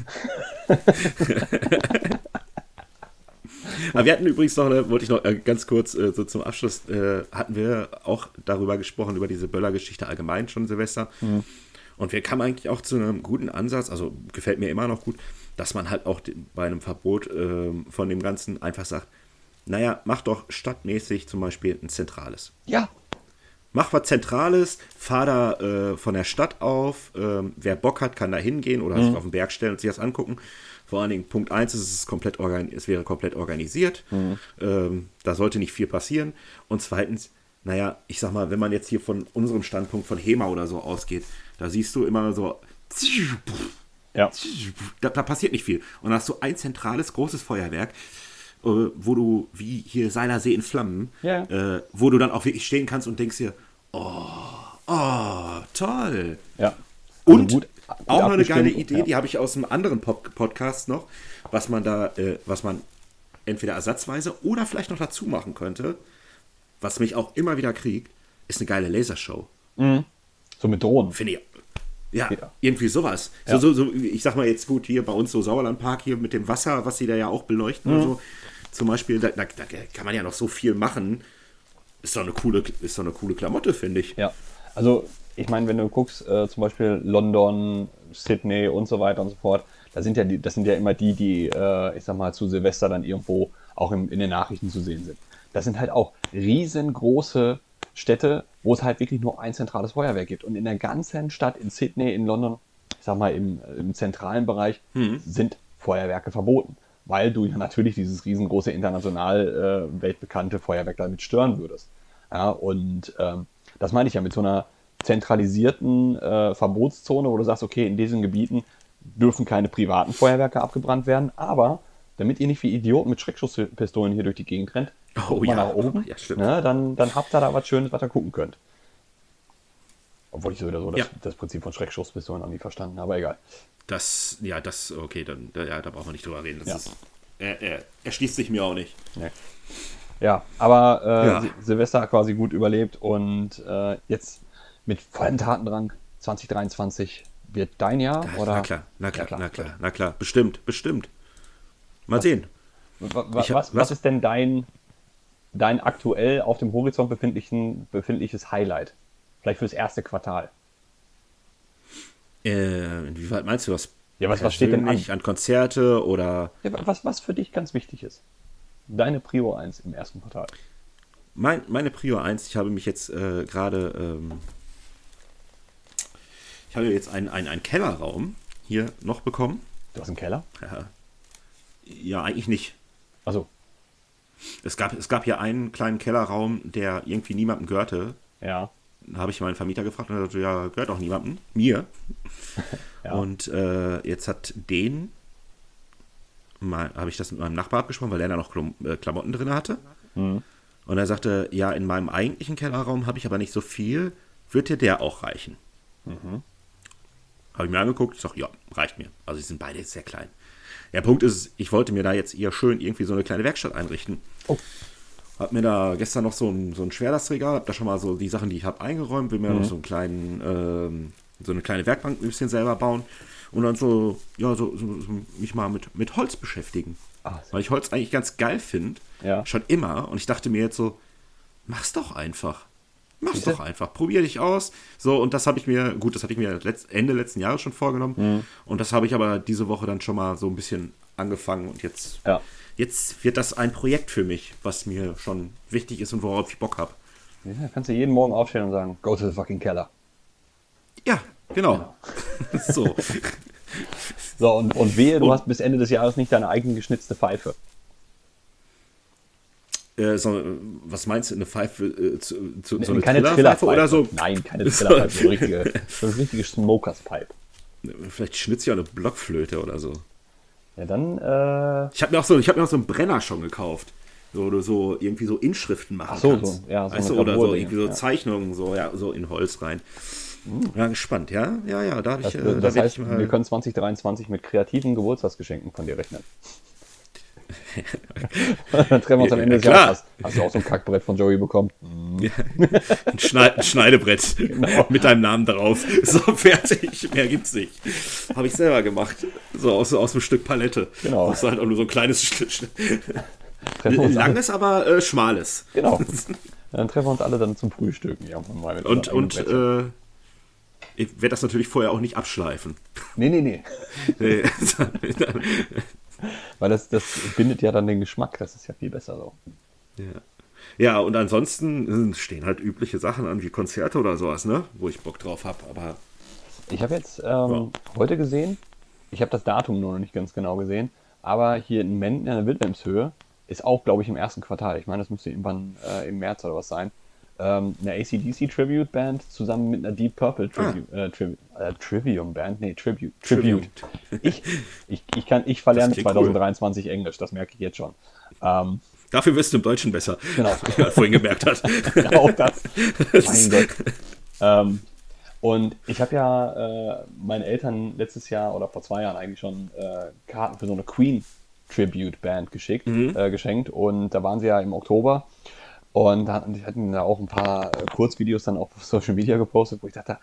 Aber wir hatten übrigens noch, eine, wollte ich noch äh, ganz kurz äh, so zum Abschluss, äh, hatten wir auch darüber gesprochen, über diese Böller-Geschichte allgemein schon, Silvester. Mhm. Und wir kamen eigentlich auch zu einem guten Ansatz, also gefällt mir immer noch gut, dass man halt auch den, bei einem Verbot äh, von dem Ganzen einfach sagt, naja, mach doch stadtmäßig zum Beispiel ein zentrales. Ja. Mach was Zentrales, fahr da äh, von der Stadt auf. Ähm, wer Bock hat, kann da hingehen oder sich auf den Berg stellen und sich das angucken. Vor allen Dingen Punkt eins ist, es, ist komplett organ- es wäre komplett organisiert. Ähm, da sollte nicht viel passieren. Und zweitens, naja, ich sag mal, wenn man jetzt hier von unserem Standpunkt von HEMA oder so ausgeht, da siehst du immer so, Ja. da, da passiert nicht viel. Und dann hast du ein zentrales, großes Feuerwerk, äh, wo du, wie hier Seilersee in Flammen, Ja. äh, wo du dann auch wirklich stehen kannst und denkst dir, oh, oh, toll. Ja. Und Also gut- gut auch noch eine geile abgestimmt, Idee, ja. die habe ich aus einem anderen Pop Podcast noch, was man da, äh, was man entweder ersatzweise oder vielleicht noch dazu machen könnte, was mich auch immer wieder kriegt, ist eine geile Lasershow. So mit Drohnen. Finde ich. Ja, Ja. irgendwie sowas. Ja. So, so, so, ich sag mal jetzt gut, hier bei uns so Sauerlandpark hier mit dem Wasser, was sie da ja auch beleuchten Mhm. und so. Zum Beispiel, da, da, da kann man ja noch so viel machen. Ist doch eine coole, ist doch eine coole Klamotte, finde ich. Ja. Also, ich meine, wenn du guckst, äh, zum Beispiel London, Sydney und so weiter und so fort, da sind ja die, das sind ja immer die, die, äh, ich sag mal, zu Silvester dann irgendwo auch im, in den Nachrichten zu sehen sind. Das sind halt auch riesengroße Städte, wo es halt wirklich nur ein zentrales Feuerwerk gibt. Und in der ganzen Stadt, in Sydney, in London, ich sag mal, im, im zentralen Bereich, sind Feuerwerke verboten. Weil du ja natürlich dieses riesengroße international äh, weltbekannte Feuerwerk damit stören würdest. Ja, und ähm, das meine ich ja mit so einer zentralisierten äh, Verbotszone, wo du sagst, okay, in diesen Gebieten dürfen keine privaten Feuerwerke abgebrannt werden, aber damit ihr nicht wie Idioten mit Schreckschusspistolen hier durch die Gegend rennt, Oh guckt mal ja, nach oben, ja, stimmt. ne, dann, dann habt ihr da was Schönes, was ihr gucken könnt. Obwohl ich so oder so das, Ja. das Prinzip von Schreckschusspistolen noch nie verstanden habe, aber egal. Das, ja, das, okay, dann, da- ja, da brauchen wir nicht drüber reden. Das Ja. ist, er, er, erschließt sich mir auch nicht. Nee. Ja, aber äh, Ja. Sil- Silvester hat quasi gut überlebt und äh, jetzt mit vollem Tatendrang zwanzig dreiundzwanzig wird dein Jahr, Ja, oder? Na klar, na klar, Ja, klar. na klar, na klar. Bestimmt, bestimmt. Mal sehen. Wa- wa- Ich hab- was, was was- ist denn dein, dein aktuell auf dem Horizont befindlichen, befindliches Highlight? Vielleicht fürs erste Quartal. Äh, inwieweit meinst du das? Ja, was- was steht denn an? Persönlich, an Konzerte oder Ja, wa- was, was für dich ganz wichtig ist. Deine Prio eins im ersten Quartal. mein, meine Prio eins, ich habe mich jetzt äh, gerade, ähm, ich habe jetzt einen, einen, einen Kellerraum hier noch bekommen. Du hast einen Keller? Ja, ja, eigentlich nicht. Also, Es gab, es gab hier einen kleinen Kellerraum, der irgendwie niemandem gehörte. ja. Da habe ich meinen Vermieter gefragt und er sagte, ja, gehört auch niemandem, mir. Ja. Und äh, jetzt hat den, mal, habe ich das mit meinem Nachbar abgesprochen, weil der da noch Klum, äh, Klamotten drin hatte. Mhm. Und er sagte, ja, in meinem eigentlichen Kellerraum habe ich aber nicht so viel, wird dir der auch reichen? Mhm. Habe ich mir angeguckt, ich sage, ja, reicht mir. Also die sind beide jetzt sehr klein. Der Punkt ist, ich wollte mir da jetzt eher schön irgendwie so eine kleine Werkstatt einrichten. Oh. Hab mir da gestern noch so ein, so ein Schwerlastregal, hab da schon mal so die Sachen, die ich habe, eingeräumt, will mir Mhm. noch so einen kleinen, ähm, so eine kleine Werkbank ein bisschen selber bauen und dann so, ja, so, so, so mich mal mit, mit Holz beschäftigen. Ah, Weil ich Holz eigentlich ganz geil finde, Ja. schon immer. Und ich dachte mir jetzt so, mach's doch einfach. Mach's Bitte? doch einfach. Probier dich aus. So, und das habe ich mir, gut, das hatte ich mir letzt, Ende letzten Jahres schon vorgenommen. Mhm. Und das habe ich aber diese Woche dann schon mal so ein bisschen angefangen. Und jetzt, Ja. jetzt wird das ein Projekt für mich, was mir schon wichtig ist und worauf ich Bock habe. Ja, kannst du jeden Morgen aufstehen und sagen, go to the fucking Keller. Ja, genau. so. So, und, und wehe, du Und- hast bis Ende des Jahres nicht deine eigene geschnitzte Pfeife. Äh, so, was meinst du, eine Pfeife, äh, zu, zu, so Nee, eine keine Trillerpfeife oder so? Nein, keine Trillerpfeife, so eine richtige, so eine richtige Smokers-Pipe. Vielleicht schnitzt ja eine Blockflöte oder so. Ja, dann, äh, Ich habe mir auch so, ich habe mir auch so einen Brenner schon gekauft, wo du so irgendwie so Inschriften machen Ach so, kannst. so, ja, so weißt eine du, oder so Gravur-Dinge, irgendwie so ja. Zeichnungen so, ja, so in Holz rein. Ja, gespannt, ja, ja, ja, da habe ich, das, äh, da das werd heißt, ich mal. wir können zwanzig dreiundzwanzig mit kreativen Geburtstagsgeschenken von dir rechnen. Dann treffen wir uns am Ja, Ende des klar. Jahres. Hast, hast du auch so ein Kackbrett von Joey bekommen? Ein, Schneid, ein Schneidebrett Genau. mit deinem Namen drauf. So, fertig. Mehr gibt's nicht. Habe ich selber gemacht. So aus, aus einem Stück Palette. Genau. Das ist halt auch nur so ein kleines Stück. Treffen wir uns alle- Langes, aber äh, schmales. Genau. Dann treffen wir uns alle dann zum Frühstücken. irgendwann mal mit Und, unserem und eigenen Brettchen. äh, ich werde das natürlich vorher auch nicht abschleifen. Nee, nee, nee. Nee. Weil das, das bindet ja dann den Geschmack. Das ist ja viel besser so. Ja. Ja, und ansonsten stehen halt übliche Sachen an, wie Konzerte oder sowas, ne? Wo ich Bock drauf habe. Aber Ich habe jetzt ähm, Ja. heute gesehen, ich habe das Datum nur noch nicht ganz genau gesehen, aber hier in Menden in der Wilhelmshöhe ist auch, glaube ich, im ersten Quartal. Ich meine, das müsste irgendwann äh, im März oder was sein. Ähm, eine A C D C Tribute Band zusammen mit einer Deep Purple Tribu äh, Tribu äh, Trivium Band. Nee, Tribute. Tribute. Ich, ich, ich, kann, ich verlerne klingt cool. zwanzig dreiundzwanzig Englisch, das merke ich jetzt schon. Ähm, dafür wirst du im Deutschen besser. Genau. Wie man vorhin gemerkt hat. auch das. Mein Gott. Ähm, und ich habe ja äh, meinen Eltern letztes Jahr oder vor zwei Jahren eigentlich schon äh, Karten für so eine Queen Tribute Band geschickt, äh, geschenkt. Und da waren sie ja im Oktober. Und da hatten, die hatten da auch ein paar äh, Kurzvideos dann auch auf Social Media gepostet, wo ich dachte,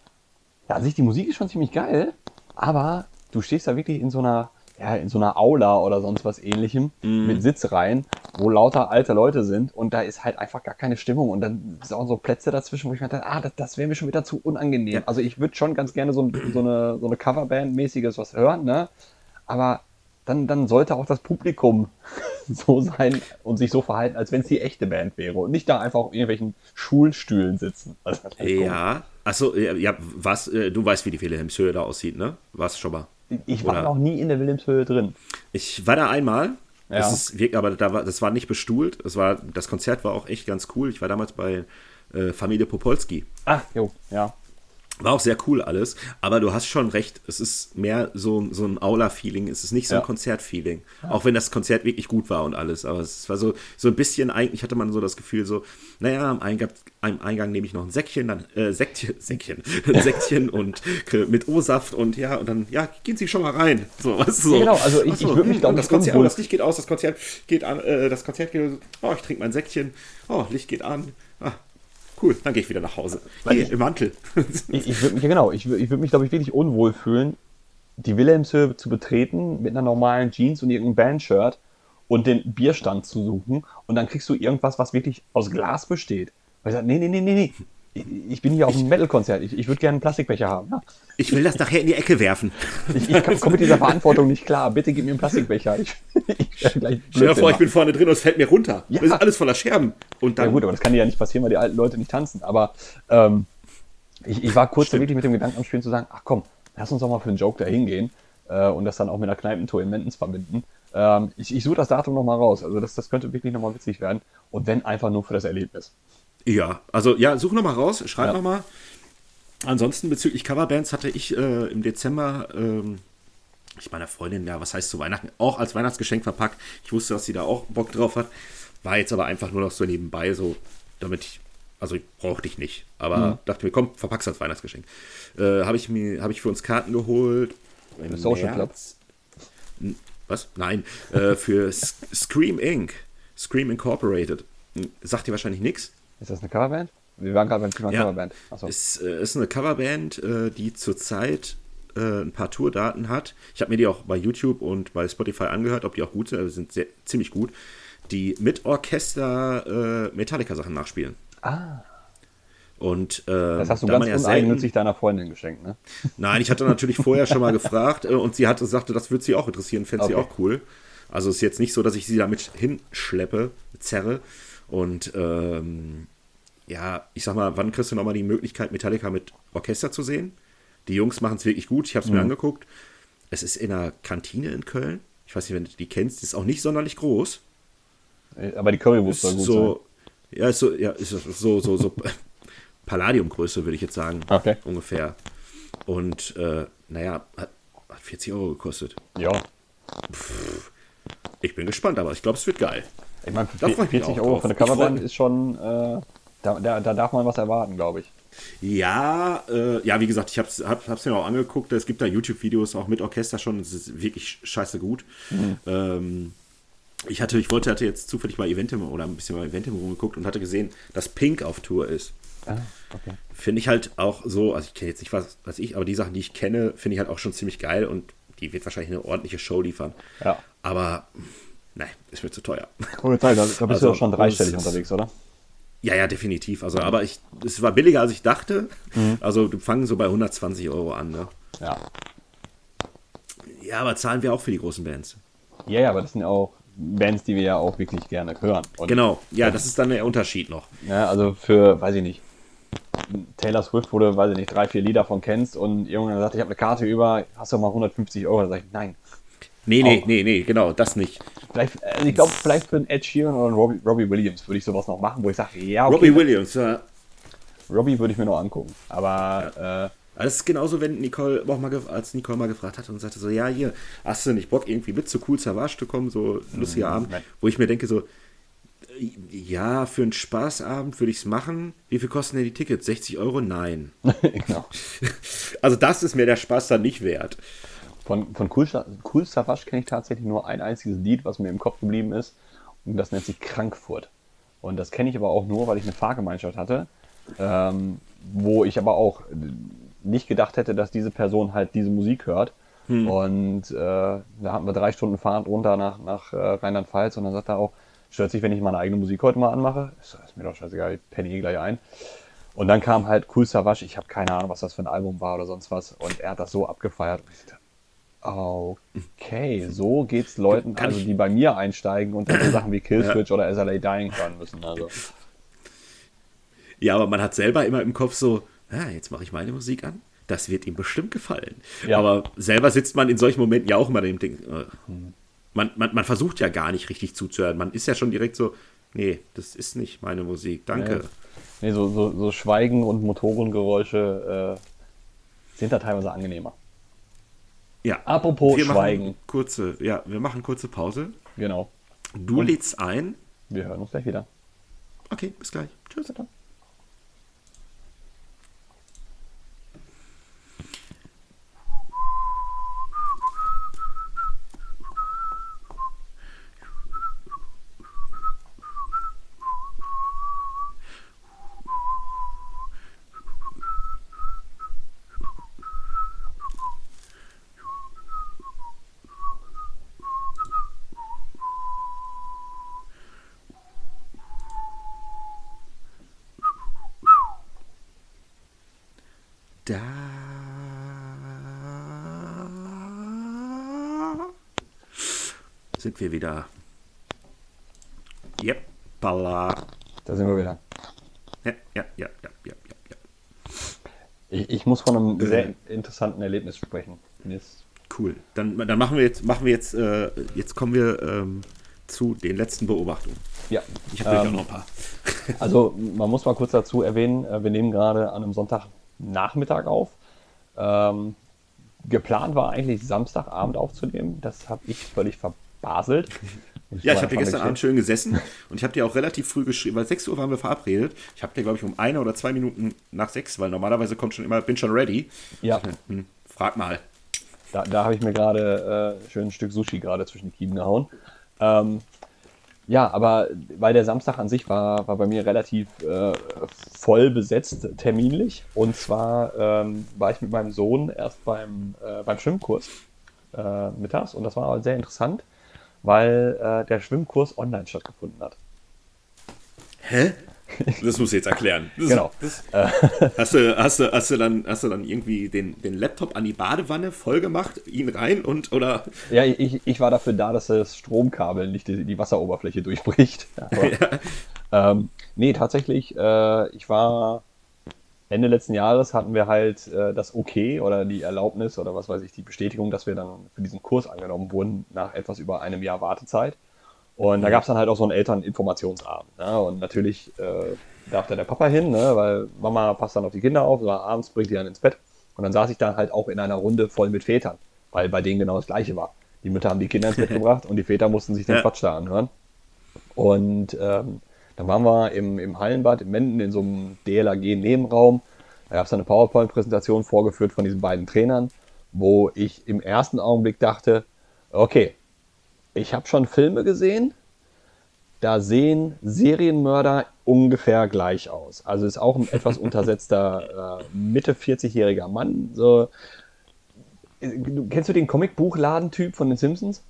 ja, an sich die Musik ist schon ziemlich geil, aber du stehst da wirklich in so einer, ja, in so einer Aula oder sonst was ähnlichem mit Sitzreihen, wo lauter alte Leute sind und da ist halt einfach gar keine Stimmung und dann sind auch so Plätze dazwischen, wo ich mir dachte, ah, das, das wäre mir schon wieder zu unangenehm. Ja. Also ich würde schon ganz gerne so, so eine, so eine Coverband-mäßiges was hören, ne? Aber dann, dann sollte auch das Publikum so sein und sich so verhalten, als wenn es die echte Band wäre und nicht da einfach auf irgendwelchen Schulstühlen sitzen. Also, das ist halt komisch. Ja, achso, ja, ja, was, äh, du weißt, wie die Wilhelmshöhe da aussieht, ne? Warst schon mal. Ich war Oder- noch nie in der Wilhelmshöhe drin. Ich war da einmal, Ja. das ist, wirk- aber da war, das war nicht bestuhlt. Es war, das Konzert war auch echt ganz cool. Ich war damals bei äh, Familie Popolski. Ah, jo, ja. War auch sehr cool alles, aber du hast schon recht, es ist mehr so, so ein Aula-Feeling, es ist nicht so ein Ja. Konzert-Feeling. Auch wenn das Konzert wirklich gut war und alles, aber es war so, so ein bisschen, eigentlich hatte man so das Gefühl so, naja, am Eingang, am Eingang nehme ich noch ein Säckchen, dann, äh, Säckchen, Säckchen, ein Säckchen und äh, mit O-Saft und ja, und dann, ja, gehen Sie schon mal rein. So, weißt du, so. Ja, genau, also ich- Ach so, ich würd mich, glaub das ich, Konzert, oh, unwohl- das Licht geht aus, das Konzert geht an, äh, das Konzert geht, oh, ich trinke mein Säckchen, oh, Licht geht an, ah, cool, dann gehe ich wieder nach Hause. Hier, ich- im Mantel. Ich, ich würde mich, ja, genau, ich, würd- ich würde mich, glaube ich, wirklich unwohl fühlen, die Wilhelmshöhe zu betreten mit einer normalen Jeans und irgendeinem Bandshirt und den Bierstand zu suchen und dann kriegst du irgendwas, was wirklich aus Glas besteht. Weil ich sage, nee, nee, nee, nee, nee. Ich, ich bin hier auf einem Metal-Konzert. Ich, ich würde gerne einen Plastikbecher haben. Ja. Ich will das nachher in die Ecke werfen. Ich, ich komme mit dieser Verantwortung nicht klar. Bitte gib mir einen Plastikbecher. Ich, ich werde gleich Stell dir Blödsinn vor, ich bin machen. vorne drin und es fällt mir runter. Ja. Das ist alles voller Scherben. Und Ja dann, gut, aber das kann ja nicht passieren, weil die alten Leute nicht tanzen. Aber ähm, ich, ich war kurz Stimmt. wirklich mit dem Gedanken am Spielen zu sagen, ach komm, lass uns doch mal für einen Joke da hingehen äh, und das dann auch mit einer Kneipentour in Mentens verbinden. Ähm, ich, ich suche das Datum nochmal raus. Also das, das könnte wirklich nochmal witzig werden. Und wenn einfach nur für das Erlebnis. ja, also ja, such nochmal raus, schreib Ja. nochmal. Ansonsten bezüglich Coverbands hatte ich äh, im Dezember, ähm, ich meiner Freundin, ja, was heißt zu Weihnachten, auch als Weihnachtsgeschenk verpackt. Ich wusste, dass sie da auch Bock drauf hat. War jetzt aber einfach nur noch so nebenbei, so, damit ich, also ich brauchte ich nicht. Aber dachte mir, komm, verpack's als Weihnachtsgeschenk. Äh, habe ich mir, habe ich für uns Karten geholt. Im Social Club? März. N- Was? Nein, äh, für S- Scream Incorporated. Scream Incorporated. Hm, Sagt dir wahrscheinlich nichts. Ist das eine Coverband? Wir waren gerade beim Thema Ja. Coverband. Achso. Es äh, ist eine Coverband, äh, die zurzeit äh, ein paar Tourdaten hat. Ich habe mir die auch bei YouTube und bei Spotify angehört, ob die auch gut sind. Also sind sehr, ziemlich gut. Die mit Orchester äh, Metallica-Sachen nachspielen. Ah, Und, äh, das hast du da ganz man ja uneigennützig deiner Freundin geschenkt, ne? Nein, ich hatte natürlich vorher schon mal gefragt äh, und sie hatte sagte, das würde sie auch interessieren, fände sie Okay. auch cool. Also es ist jetzt nicht so, dass ich sie damit hinschleppe, zerre. Und ähm, ja, ich sag mal, wann kriegst du nochmal die Möglichkeit, Metallica mit Orchester zu sehen? Die Jungs machen es wirklich gut, ich habe es mir angeguckt. Es ist in einer Kantine in Köln. Ich weiß nicht, wenn du die kennst, die ist auch nicht sonderlich groß. Aber die Currywurst Ist soll gut so, ja, ist so, ja, ist so, so, so Palladium-Größe, würde ich jetzt sagen. Okay. Ungefähr. Und, äh, naja, hat, hat vierzig Euro gekostet. sein. Ja. Ich bin gespannt, aber ich glaube, es wird geil. Ich meine, Da freu ich mich vierzig auch Euro drauf. für eine Ich freu Coverband mich. ist schon, äh, da, da, da darf man was erwarten, glaube ich. Ja, äh, ja, wie gesagt, ich habe es hab, hab's mir auch angeguckt. Es gibt da YouTube-Videos auch mit Orchester schon. Es ist wirklich scheiße gut. Ähm, ich hatte, ich wollte, hatte jetzt zufällig mal Eventim oder ein bisschen mal Eventim rumgeguckt und hatte gesehen, dass Pink auf Tour ist. Ah, okay. Finde ich halt auch so, also ich kenne jetzt nicht was, was ich, aber die Sachen, die ich kenne, finde ich halt auch schon ziemlich geil und die wird wahrscheinlich eine ordentliche Show liefern. Ja. Aber, nein, ist mir zu teuer. Und da, da bist Also, du doch schon dreistellig das ist- unterwegs, oder? Ja, ja, definitiv. Also, aber ich, es war billiger, als ich dachte. Also, du fangen so bei hundertzwanzig Euro an, ne? Ja. Ja, aber zahlen wir auch für die großen Bands. Ja, ja, aber das sind ja auch Bands, die wir ja auch wirklich gerne hören. Und, Genau, ja, das ist dann der Unterschied noch. Ja, also für, weiß ich nicht, Taylor Swift, wo du, weiß ich nicht, drei, vier Lieder von kennst und irgendjemand sagt, ich habe eine Karte über, hast du mal hundertfünfzig Euro? Da sag ich, nein. Nee, nee, Auch. nee, nee, genau, das nicht. Vielleicht, also ich glaube, vielleicht für einen Ed Sheeran oder einen Robbie, Robbie Williams würde ich sowas noch machen, wo ich sage, ja, okay, Robbie Williams, ja. Robbie würde ich mir noch angucken. Aber Das ist genauso, wenn Nicole auch mal, gef- als Nicole mal gefragt hat und sagte so, ja, hier, hast du nicht Bock, irgendwie mit zu Cool Savage zu kommen, so ein lustiger Abend, nein. wo ich mir denke so, äh, ja, für einen Spaßabend würde ich es machen. Wie viel kosten denn die Tickets? sechzig Euro? Nein. äh, genau. Also das ist mir der Spaß dann nicht wert. Von, von Cool, Sa- cool Savage kenne ich tatsächlich nur ein einziges Lied, was mir im Kopf geblieben ist. Und das nennt sich Krankfurt. Und das kenne ich aber auch nur, weil ich eine Fahrgemeinschaft hatte, ähm, wo ich aber auch nicht gedacht hätte, dass diese Person halt diese Musik hört. Und äh, da hatten wir drei Stunden Fahrt runter nach, nach äh, Rheinland-Pfalz und dann sagt er auch, stört sich, wenn ich meine eigene Musik heute mal anmache? Ich so, ist mir doch scheißegal, ich penne eh gleich ein. Und dann kam halt Cool Savage, ich habe keine Ahnung, was das für ein Album war oder sonst was. Und er hat das so abgefeiert. Und ich dachte, okay, so geht's Leuten, Kann also ich- die bei mir einsteigen und dann so Sachen wie Killswitch oder S L A Dying hören müssen. Also. Ja, aber man hat selber immer im Kopf so, ah, jetzt mache ich meine Musik an. Das wird ihm bestimmt gefallen. Ja. Aber selber sitzt man in solchen Momenten ja auch immer dem Ding. Äh, man, man, man versucht ja gar nicht richtig zuzuhören. Man ist ja schon direkt so, nee, das ist nicht meine Musik. Danke. Ja. Nee, so, so, so Schweigen und Motorengeräusche äh, sind da teilweise angenehmer. Ja. Apropos wir Schweigen. Machen kurze, ja, wir machen kurze Pause. Genau. Du lädst ein. Wir hören uns gleich wieder. Okay, bis gleich. Tschüss. Da sind wir wieder. Yep, balla. Da sind wir wieder. Ja, ja, ja, ja, ja, ja, ja. Ich, ich muss von einem Äh. sehr interessanten Erlebnis sprechen. Jetzt, Cool. Dann, dann machen wir jetzt, machen wir jetzt, äh, jetzt kommen wir ähm, zu den letzten Beobachtungen. ja, Ich habe ähm, auch noch ein paar. also man muss mal kurz dazu erwähnen, äh, wir nehmen gerade an einem Sonntagnachmittag auf. Ähm, geplant war eigentlich Samstagabend aufzunehmen. Das habe ich völlig verbaselt. Und Ja, ich war habe dir einfach gestern mit- Abend schön gesessen und ich habe dir auch relativ früh geschrieben, weil sechs Uhr waren wir verabredet. Ich habe dir, glaube ich, um eine oder zwei Minuten nach sechs, weil normalerweise kommt schon immer, bin schon ready. Ja, Hm, frag mal. da, da habe ich mir gerade äh, schön ein Stück Sushi gerade zwischen die Kiemen gehauen. Ähm, ja, aber weil der Samstag an sich war, war bei mir relativ äh, voll besetzt terminlich. Und zwar ähm, war ich mit meinem Sohn erst beim, äh, beim Schwimmkurs äh, mittags und das war aber sehr interessant, weil äh, der Schwimmkurs online stattgefunden hat. Hä? Das musst du jetzt erklären. Das, Genau. Das, hast, du, hast, du, hast, du dann, hast du dann irgendwie den, den Laptop an die Badewanne voll gemacht, ihn rein und oder. Ja, ich, ich war dafür da, dass das Stromkabel nicht die, die Wasseroberfläche durchbricht. Aber, ähm, nee, tatsächlich, äh, ich war Ende letzten Jahres hatten wir halt äh, das Okay oder die Erlaubnis oder was weiß ich, die Bestätigung, dass wir dann für diesen Kurs angenommen wurden nach etwas über einem Jahr Wartezeit. Und da gab es dann halt auch so einen Elterninformationsabend. Ne? Und natürlich äh, darf da der Papa hin, ne? Weil Mama passt dann auf die Kinder auf, aber abends bringt die dann ins Bett. Und dann saß ich dann halt auch in einer Runde voll mit Vätern, weil bei denen genau das Gleiche war. Die Mütter haben die Kinder ins Bett gebracht und die Väter mussten sich den Ja. Quatsch da anhören. Und ähm, dann waren wir im, im Hallenbad in Menden in so einem D L R G-Nebenraum. Da gab es eine PowerPoint-Präsentation vorgeführt von diesen beiden Trainern, wo ich im ersten Augenblick dachte, okay, ich habe schon Filme gesehen, da sehen Serienmörder ungefähr gleich aus. Also ist auch ein etwas untersetzter äh, Mitte vierzig-jähriger Mann. So, du, kennst du den Comicbuchladentyp von den Simpsons?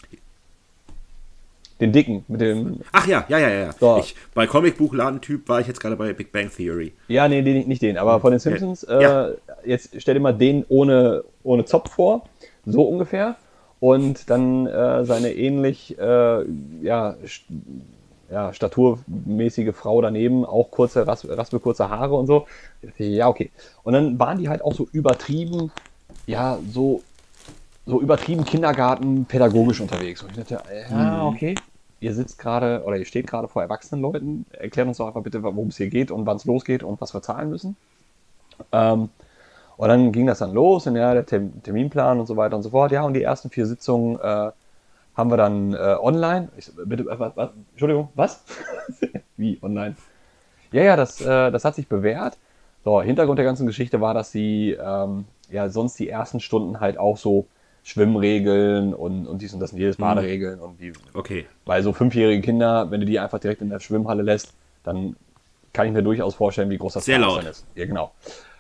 Den dicken mit dem. Ach ja, ja, ja, ja. So. Ich, bei Comicbuchladentyp war ich jetzt gerade bei Big Bang Theory. Ja, nee, den, nicht den, aber von den Simpsons. Ja. Äh, jetzt stell dir mal den ohne, ohne Zopf vor, so ungefähr. Und dann äh, seine ähnlich äh, ja, st ja, staturmäßige Frau daneben, auch kurze, ras raspelkurze Haare und so. Ja, okay. Und dann waren die halt auch so übertrieben, ja, so, so übertrieben Kindergarten pädagogisch unterwegs. Und ich dachte, ja, okay, ihr sitzt gerade oder ihr steht gerade vor erwachsenen Leuten, erklärt uns doch einfach bitte, worum es hier geht und wann es losgeht und was wir zahlen müssen. Ähm, und dann ging das dann los und ja, der Term Terminplan und so weiter und so fort. Ja, und die ersten vier Sitzungen äh, haben wir dann äh, online. Ich, bitte, was, was, Entschuldigung, was? Wie online? Ja, ja, das, äh, das hat sich bewährt. So, Hintergrund der ganzen Geschichte war, dass sie ähm, ja sonst die ersten Stunden halt auch so Schwimmregeln und, und dies und das und jedes Baderegeln und die. Okay. Weil so fünfjährige Kinder, wenn du die einfach direkt in der Schwimmhalle lässt, dann kann ich mir durchaus vorstellen, wie groß das Sehr Chaos laut. dann ist. Ja, genau.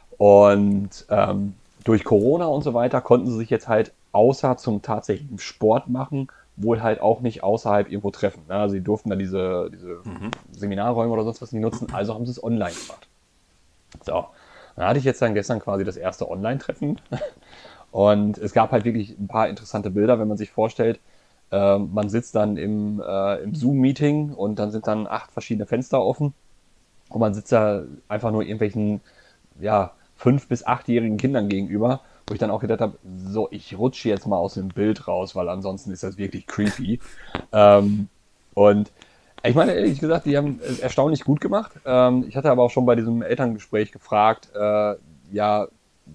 Und ähm, durch Corona und so weiter konnten sie sich jetzt halt außer zum tatsächlichen Sport machen, wohl halt auch nicht außerhalb irgendwo treffen. Ne? Sie durften dann diese, diese Mhm. Seminarräume oder sonst was nicht nutzen, also haben sie es online gemacht. So, dann hatte ich jetzt dann gestern quasi das erste Online-Treffen und es gab halt wirklich ein paar interessante Bilder, wenn man sich vorstellt, äh, man sitzt dann im, äh, im Zoom-Meeting und dann sind dann acht verschiedene Fenster offen und man sitzt da einfach nur irgendwelchen, ja, fünf- bis achtjährigen Kindern gegenüber, wo ich dann auch gedacht habe, so, ich rutsche jetzt mal aus dem Bild raus, weil ansonsten ist das wirklich creepy. Ähm, und ich meine, ehrlich gesagt, die haben es erstaunlich gut gemacht. Ähm, ich hatte aber auch schon bei diesem Elterngespräch gefragt, äh, ja,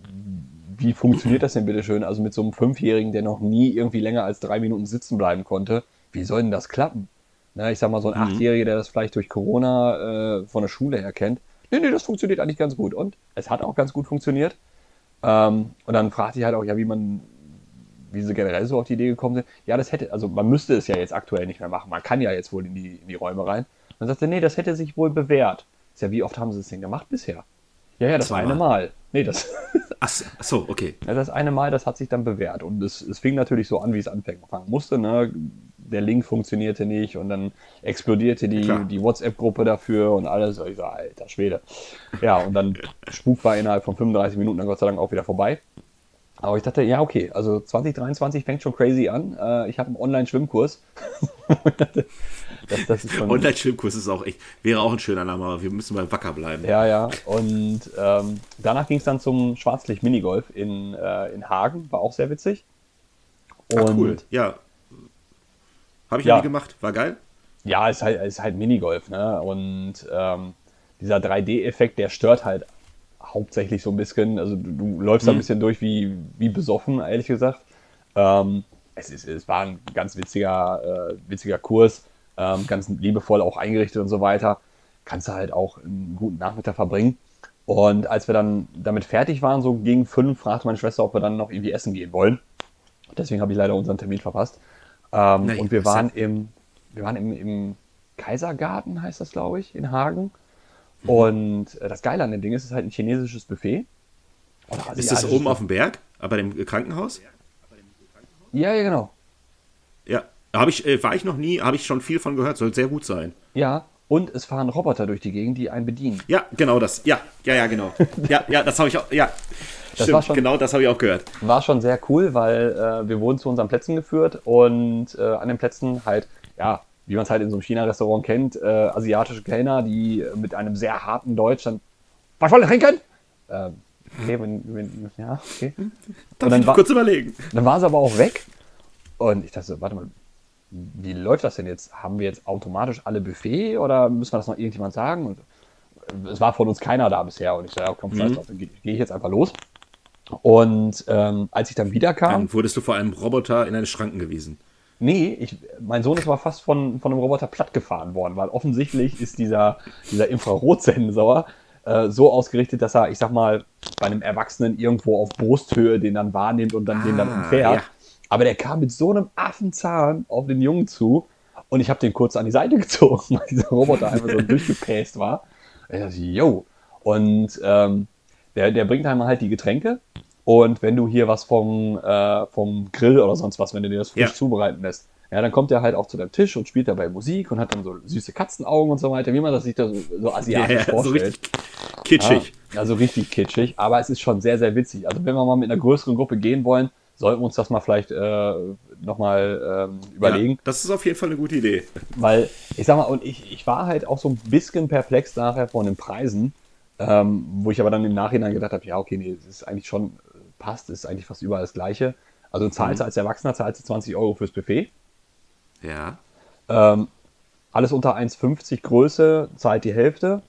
wie funktioniert das denn bitte schön? Also mit so einem Fünfjährigen, der noch nie irgendwie länger als drei Minuten sitzen bleiben konnte, wie soll denn das klappen? Na, ich sag mal, so ein Mhm. Achtjähriger, der das vielleicht durch Corona äh, von der Schule her kennt. Nee, nee, das funktioniert eigentlich ganz gut. Und es hat auch ganz gut funktioniert. Ähm, und dann fragte ich halt auch, ja, wie man, wie sie generell so auf die Idee gekommen sind. Ja, das hätte, also man müsste es ja jetzt aktuell nicht mehr machen. Man kann ja jetzt wohl in die, in die Räume rein. Und dann sagte er, nee, das hätte sich wohl bewährt. Ich sag, wie oft haben sie das denn gemacht bisher? Ja, ja, das Zweimal. eine Mal. Nee, das, Ach so, ach so, okay. ja, das eine Mal, das hat sich dann bewährt. Und es, es fing natürlich so an, wie es anfangen musste. Ne? Der Link funktionierte nicht und dann explodierte die, Klar. die WhatsApp-Gruppe dafür und alles. Ich so, alter Schwede. Ja, und dann Spuk war innerhalb von fünfunddreißig Minuten dann Gott sei Dank auch wieder vorbei. Aber ich dachte, ja, okay, also zwanzig dreiundzwanzig fängt schon crazy an. Äh, ich habe einen Online-Schwimmkurs. das, das ist schon, Online-Schwimmkurs ist auch echt, wäre auch ein schöner Name, aber wir müssen mal wacker bleiben. Ja, ja. Und ähm, danach ging es dann zum Schwarzlicht-Minigolf in, äh, in Hagen. War auch sehr witzig. Und Ah, cool. Ja. Habe ich Ja. ja nie gemacht. War geil. ja, es ist halt, es ist halt Minigolf. Ne? Und ähm, dieser drei D-Effekt, der stört halt hauptsächlich so ein bisschen. Also du, du läufst da ein bisschen durch wie, wie besoffen, ehrlich gesagt. Ähm, es, ist, es war ein ganz witziger, äh, witziger Kurs. Ähm, ganz liebevoll auch eingerichtet und so weiter. Kannst du halt auch einen guten Nachmittag verbringen. Und als wir dann damit fertig waren, so gegen fünf, fragte meine Schwester, ob wir dann noch irgendwie essen gehen wollen. Deswegen habe ich leider unseren Termin verpasst. Ähm, Na ja, und wir ist waren ja- im, wir waren im, im Kaisergarten, heißt das, glaube ich, in Hagen. Und äh, das Geile an dem Ding ist, es ist halt ein chinesisches Buffet. Oder Ist das asiatisches oben auf dem Berg? äh, Bei dem Krankenhaus? Ja, ja, genau. Ja. Hab ich, äh, war ich noch nie, habe ich schon viel von gehört. Soll sehr gut sein. Ja, und es fahren Roboter durch die Gegend, die einen bedienen. Ja, genau das. Ja, ja, ja, genau. Ja, ja, das habe ich auch. Ja, Das stimmt, war schon- genau das habe ich auch gehört. War schon sehr cool, weil äh, wir wurden zu unseren Plätzen geführt und äh, an den Plätzen halt, ja, wie man es halt in so einem China-Restaurant kennt, äh, asiatische Kellner, die mit einem sehr harten Deutsch dann, was wollen wir trinken? Ähm, okay, wenn, wenn, ja, okay. Darf dann ich noch war- kurz überlegen? Dann war sie aber auch weg und ich dachte so, warte mal, wie läuft das denn jetzt? Haben wir jetzt automatisch alle Buffet oder müssen wir das noch irgendjemand sagen? Und es war von uns keiner da bisher und ich sage, ja, komm, scheiß drauf, dann gehe geh ich jetzt einfach los. Und ähm, als ich dann wiederkam... Dann wurdest du vor einem Roboter in deine Schranken gewiesen. Nee, ich, mein Sohn ist aber fast von, von einem Roboter plattgefahren worden, weil offensichtlich ist dieser, dieser Infrarotsensor äh, so ausgerichtet, dass er, ich sag mal, bei einem Erwachsenen irgendwo auf Brusthöhe den dann wahrnimmt und dann Ah, den dann umfährt. ja. Aber der kam mit so einem Affenzahn auf den Jungen zu und ich habe den kurz an die Seite gezogen, weil dieser Roboter einfach so durchgepäst war. Und ich dachte, yo. Und ähm, der, der bringt einem halt die Getränke. Und wenn du hier was vom, äh, vom Grill oder sonst was, wenn du dir das frisch Ja. zubereiten lässt, ja, dann kommt er halt auch zu deinem Tisch und spielt dabei Musik und hat dann so süße Katzenaugen und so weiter, wie man das sich da so, so asiatisch Ja, ja, so vorstellt. richtig kitschig. Ja, also richtig kitschig, aber es ist schon sehr, sehr witzig. Also wenn wir mal mit einer größeren Gruppe gehen wollen, sollten wir uns das mal vielleicht äh, nochmal ähm, überlegen. Ja, das ist auf jeden Fall eine gute Idee. Weil, ich sag mal, und ich, ich war halt auch so ein bisschen perplex nachher von den Preisen, ähm, wo ich aber dann im Nachhinein gedacht habe, ja, okay, nee, das ist eigentlich schon, passt, ist eigentlich fast überall das Gleiche. Also zahlst du als Erwachsener, zahlst du zwanzig Euro fürs Buffet. Ja. Ähm, alles unter eins fünfzig Größe zahlt die Hälfte.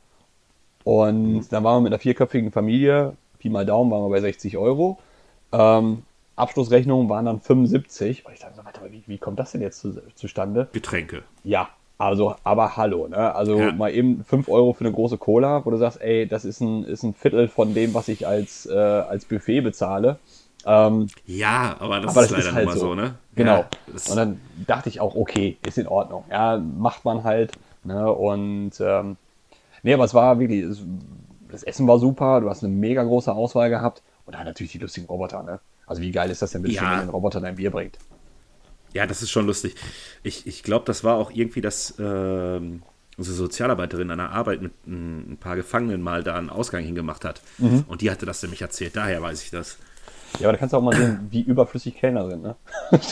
Und dann waren wir mit einer vierköpfigen Familie, Pi mal Daumen, waren wir bei sechzig Euro. Ähm, Abschlussrechnungen waren dann fünfundsiebzig. Und ich dachte so, warte mal, wie, wie kommt das denn jetzt zu, zustande? Getränke. Ja, also, aber hallo, ne? Also Ja. mal eben fünf Euro für eine große Cola, wo du sagst, ey, das ist ein, ist ein Viertel von dem, was ich als, äh, als Buffet bezahle. Ähm, Ja, aber das aber ist das leider ist halt nun mal so. so, ne? Genau. Ja, das, Und dann dachte ich auch, okay, ist in Ordnung. Ja, macht man halt. Ne? Und ähm, nee, aber es war wirklich, es, das Essen war super, du hast eine mega große Auswahl gehabt und dann natürlich die lustigen Roboter, ne? Also wie geil ist das denn bitte schön, Ja. wenn ein Roboter dein Bier bringt? ja, das ist schon lustig. Ich, ich glaube, das war auch irgendwie, dass ähm, unsere Sozialarbeiterin an der Arbeit mit ein, ein paar Gefangenen mal da einen Ausgang hingemacht hat. Und die hatte das nämlich erzählt, daher weiß ich das. Ja, aber da kannst du auch mal sehen, wie überflüssig Kellner sind, ne?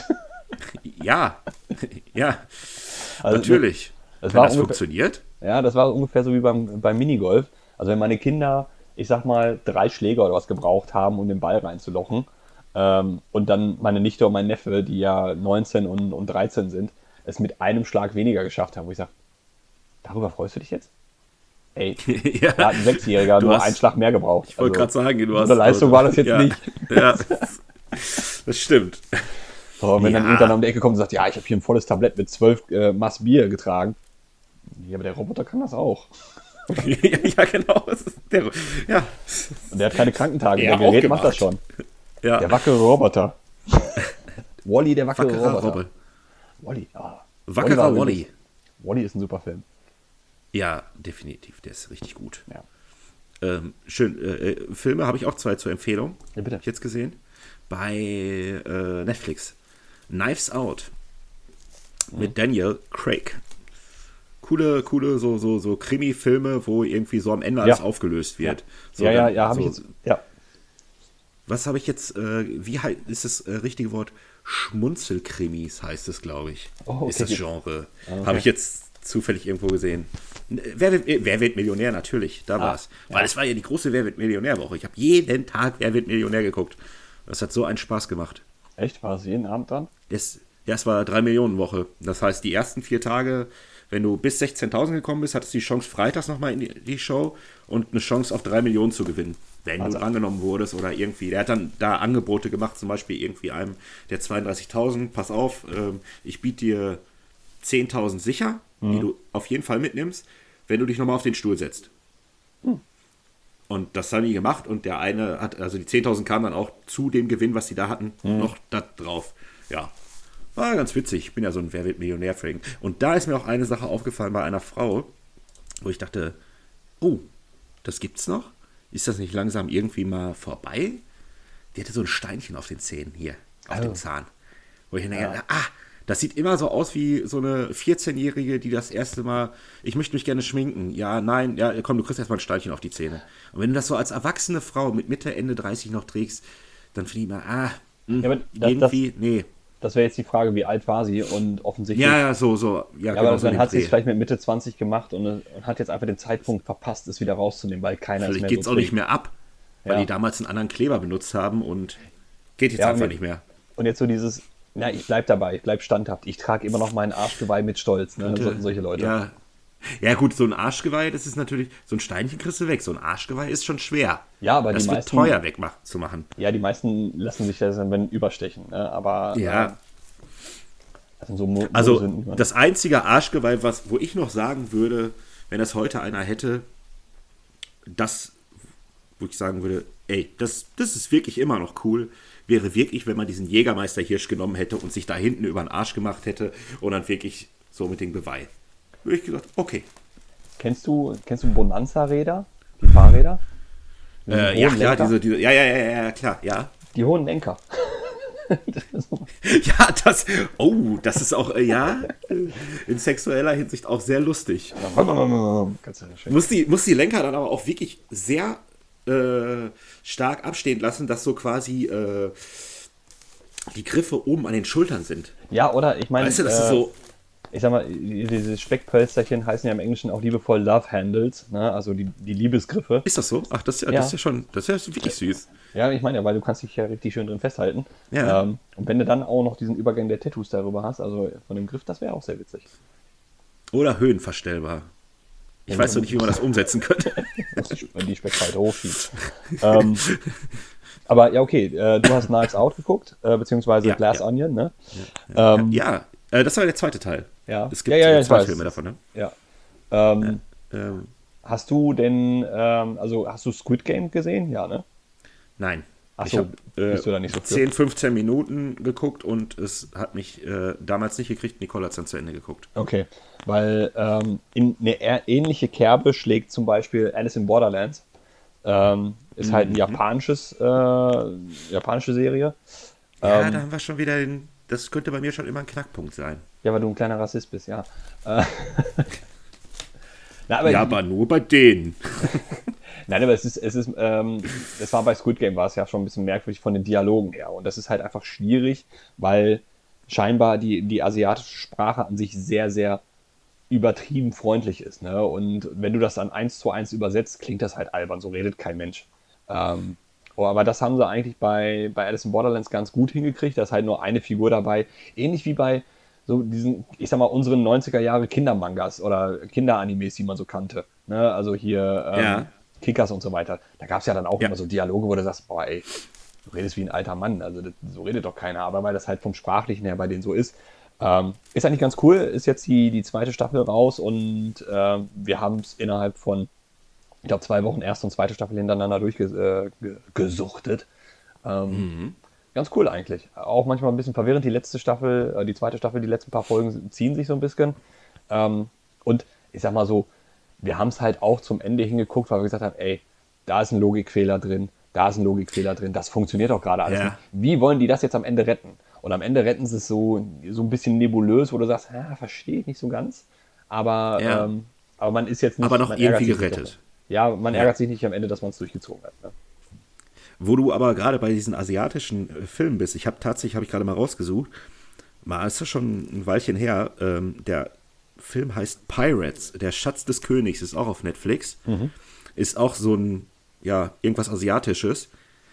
Ja, ja, Also, natürlich. das Wenn war das ungefähr- funktioniert. Ja, das war ungefähr so wie beim, beim Minigolf. Also wenn meine Kinder, ich sag mal, drei Schläger oder was gebraucht haben, um den Ball reinzulochen, ähm, und dann meine Nichte und mein Neffe, die ja neunzehn und, und dreizehn sind, es mit einem Schlag weniger geschafft haben, wo ich sage, darüber freust du dich jetzt? Ey, Ja, da hat ein Sechsjähriger Du nur hast- einen Schlag mehr gebraucht. ich wollte gerade sagen, du hast. so eine Leistung war das jetzt ja, nicht. Ja, das stimmt. So, und wenn dann Ja. irgendwann um die Ecke kommt und sagt, ja, ich habe hier ein volles Tablett mit zwölf äh, Maß Bier getragen. Ja, aber der Roboter kann das auch. ja, ja, genau. Das ist der, ja, Und der hat keine Krankentage. Ja, der Gerät auch macht das gemacht. schon. ja. Der wackere Roboter. Wally, der wackere Wackerer Roboter. Robbe. Wally, ah. Wackerer war Wally. wirklich- Wally ist ein super Film. Ja, definitiv. Der ist richtig gut. Ja. Ähm, schön. Äh, äh, Filme habe ich auch zwei zur Empfehlung. Ja, bitte. Hab ich jetzt gesehen. Bei äh, Netflix. Knives Out. Mit Daniel Craig. Coole, coole so, so, so Krimi-Filme, wo irgendwie so am Ende alles Ja. aufgelöst wird. So, ja, ja, dann- ja, habe so, ich jetzt. Ja. Was habe ich jetzt, äh, wie hei- ist das äh, richtige Wort? Schmunzelkrimis heißt es, glaube ich. Oh, okay. Ist das Genre. okay. Habe ich jetzt zufällig irgendwo gesehen. Wer wird, wer wird Millionär? Natürlich, da war es. ja. Weil es war ja die große Wer wird Millionär-Woche. Ich habe jeden Tag Wer wird Millionär geguckt. Das hat so einen Spaß gemacht. Echt? War das jeden Abend dran? Das, das war drei Millionen Woche. Das heißt, die ersten vier Tage, wenn du bis sechzehntausend gekommen bist, hattest du die Chance, freitags nochmal in die, die Show und eine Chance auf drei Millionen zu gewinnen. Wenn Also- du drangenommen wurdest oder irgendwie. Der hat dann da Angebote gemacht, zum Beispiel irgendwie einem der zweiunddreißigtausend, pass auf, ähm, ich biete dir zehntausend sicher, die du auf jeden Fall mitnimmst, wenn du dich nochmal auf den Stuhl setzt. Und das haben die gemacht und der eine hat, also die zehntausend kamen dann auch zu dem Gewinn, was sie da hatten, noch da drauf. Ja, war ganz witzig. Ich bin ja so ein Wer wird Millionär-Frank. Und da ist mir auch eine Sache aufgefallen bei einer Frau, wo ich dachte, oh, das gibt's noch? Ist das nicht langsam irgendwie mal vorbei? Die hatte so ein Steinchen auf den Zähnen hier, auf Oh. dem Zahn. Wo ich dann denke, ah, das sieht immer so aus wie so eine vierzehnjährige, die das erste Mal, ich möchte mich gerne schminken. Ja, nein, ja, komm, du kriegst erstmal ein Steinchen auf die Zähne. Und wenn du das so als erwachsene Frau mit Mitte, Ende dreißig noch trägst, dann finde ich mal, ah, mh, Ja, aber das- irgendwie, nee. Das wäre jetzt die Frage, wie alt war sie? Und offensichtlich. Ja, ja, so, so. Ja, Ja, aber so dann den hat sie es Dreh. vielleicht mit Mitte zwanzig gemacht und, und hat jetzt einfach den Zeitpunkt verpasst, es wieder rauszunehmen, weil keiner Vielleicht es mehr geht es so auch nicht trägt. mehr ab, weil Ja. die damals einen anderen Kleber benutzt haben und geht jetzt Ja, einfach mit- nicht mehr. Und jetzt so dieses, Na, ich bleib dabei, ich bleib standhaft. Ich trage immer noch meinen Arschgeweih mit Stolz, ne? So, solche Leute. Ja. Ja gut, so ein Arschgeweih, das ist natürlich, so ein Steinchen kriegst du weg. So ein Arschgeweih ist schon schwer. Ja, aber das die wird meisten, teuer wegzumachen. Ja, die meisten lassen sich das dann wenn überstechen, ne? Aber Ja. äh, das sind so Mo Also Modesünden, ne? das einzige Arschgeweih, was, wo ich noch sagen würde, wenn das heute einer hätte, das, wo ich sagen würde, ey, das, das ist wirklich immer noch cool, wäre wirklich, wenn man diesen Jägermeister-Hirsch genommen hätte und sich da hinten über den Arsch gemacht hätte und dann wirklich so mit dem Geweih. Würde ich gesagt, okay. Kennst du, kennst du Bonanza-Räder? Die Fahrräder? Mit Äh, den ja, hohen klar, Lenker? diese, diese, ja, ja, ja, ja, klar, ja. Die hohen Lenker. Ja, das, oh, das ist auch, äh, ja, in sexueller Hinsicht auch sehr lustig. Kannst du ja schön. Muss die, muss die Lenker dann aber auch wirklich sehr äh, stark abstehen lassen, dass so quasi äh, die Griffe oben an den Schultern sind. Ja, oder ich meine, Weißt du, das äh, ist so, ich sag mal, diese Speckpölsterchen heißen ja im Englischen auch liebevoll Love Handles, ne? Also die, die Liebesgriffe. ist das so? Ach, das, ist ja, Ja. das ist ja schon, das ist ja wirklich süß. Ja, ich meine ja, weil du kannst dich ja richtig schön drin festhalten. Ja. Ähm, und wenn du dann auch noch diesen Übergang der Tattoos darüber hast, also von dem Griff, das wäre auch sehr witzig. Oder höhenverstellbar. Ich Ja, weiß noch nicht, wie man das umsetzen könnte. Wenn die Speckfalte hochschiebt. ähm, aber ja, okay, äh, du hast Knives Out geguckt, äh, beziehungsweise Ja, Glass ja. Onion, ne? Ähm, Ja, äh, das war der zweite Teil. ja. Es gibt ja, ja, äh, ich zwei weiß. Filme davon, ne? Ja. Ähm, Ähm, Hast du denn, ähm, also hast du Squid Game gesehen? Ja, ne? nein. Ach Ich so, habe äh, bist du da nicht so für? zehn, fünfzehn Minuten geguckt und es hat mich äh, damals nicht gekriegt. Nicole hat es dann zu Ende geguckt. Okay, weil ähm, in eine eher ähnliche Kerbe schlägt zum Beispiel Alice in Borderlands. Ähm, ist halt ein japanisches, äh, japanische Serie. Ja, Ähm, da haben wir schon wieder den. Das könnte bei mir schon immer ein Knackpunkt sein. Ja, weil du ein kleiner Rassist bist, ja. Äh, Na, aber ja, aber nur bei denen. Nein, aber es ist, es ist, ähm, es war bei Squid Game war es ja schon ein bisschen merkwürdig von den Dialogen her. Und das ist halt einfach schwierig, weil scheinbar die, die asiatische Sprache an sich sehr, sehr übertrieben freundlich ist. Ne? Und wenn du das dann eins zu eins übersetzt, klingt das halt albern. So redet kein Mensch. Ähm, oh, aber das haben sie eigentlich bei, bei Alice in Borderlands ganz gut hingekriegt. Da ist halt nur eine Figur dabei. Ähnlich wie bei so diesen, ich sag mal, unseren neunziger Jahre Kindermangas oder Kinderanimes, die man so kannte. Ne? Also hier ähm, Ja. Kickers und so weiter. Da gab es ja dann auch Ja. immer so Dialoge, wo du sagst, boah, ey, du redest wie ein alter Mann. Also das, so redet doch keiner. Aber weil das halt vom Sprachlichen her bei denen so ist, ähm, ist eigentlich ganz cool. Ist jetzt die, die zweite Staffel raus und ähm, wir haben es innerhalb von, ich glaube, zwei Wochen erste und zweite Staffel hintereinander durchgesuchtet. Äh, ge, ähm, Mhm. Ganz cool eigentlich. Auch manchmal ein bisschen verwirrend. Die letzte Staffel, äh, die zweite Staffel, die letzten paar Folgen ziehen sich so ein bisschen. Ähm, und ich sag mal so, wir haben es halt auch zum Ende hingeguckt, weil wir gesagt haben, ey, da ist ein Logikfehler drin, da ist ein Logikfehler drin, das funktioniert auch gerade alles Ja. nicht. Wie wollen die das jetzt am Ende retten? Und am Ende retten sie es so, so ein bisschen nebulös, wo du sagst, ja, verstehe ich nicht so ganz. Aber, Ja. ähm, aber man ist jetzt nicht... Aber noch man ärgert irgendwie sich nicht gerettet. davon. Ja, man Ja. ärgert sich nicht am Ende, dass man es durchgezogen hat. Ne? Wo du aber gerade bei diesen asiatischen äh, Filmen bist, ich habe tatsächlich, habe ich gerade mal rausgesucht, mal ist das schon ein Weilchen her, ähm, der Film heißt Pirates, der Schatz des Königs, ist auch auf Netflix, ist auch so ein, ja, irgendwas Asiatisches.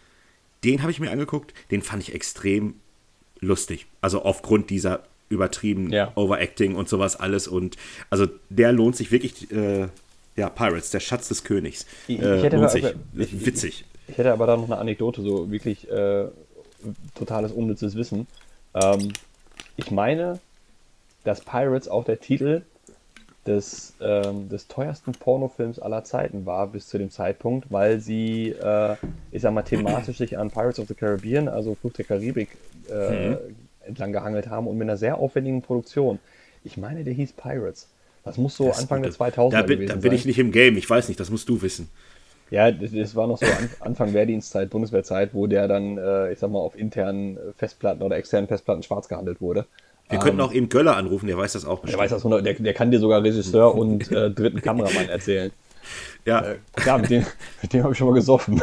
Den habe ich mir angeguckt, den fand ich extrem lustig, also aufgrund dieser übertrieben Ja. Overacting und sowas alles und also der lohnt sich wirklich, äh, ja, Pirates, der Schatz des Königs, Ich- ich äh, hätte lohnt aber- sich, ich- witzig. Ich hätte aber da noch eine Anekdote, so wirklich äh, totales unnützes Wissen. Ähm, ich meine, dass Pirates auch der Titel des, ähm, des teuersten Pornofilms aller Zeiten war bis zu dem Zeitpunkt, weil sie, äh, ich sag mal, thematisch sich an Pirates of the Caribbean, also Fluch der Karibik, äh, entlang gehangelt haben und mit einer sehr aufwendigen Produktion. Ich meine, der hieß Pirates. Das muss so Das ist Anfang gut. der zweitausender Da bin, gewesen da bin sein. ich nicht im Game, ich weiß nicht, das musst du wissen. Ja, das, das war noch so an, Anfang Wehrdienstzeit, Bundeswehrzeit, wo der dann, äh, ich sag mal, auf internen Festplatten oder externen Festplatten schwarz gehandelt wurde. Wir könnten auch eben Göller anrufen, der weiß das auch Der bestimmt. weiß das hundert, der, der kann dir sogar Regisseur und äh, dritten Kameramann erzählen. Ja, Äh, klar, mit dem, mit dem habe ich schon mal gesoffen.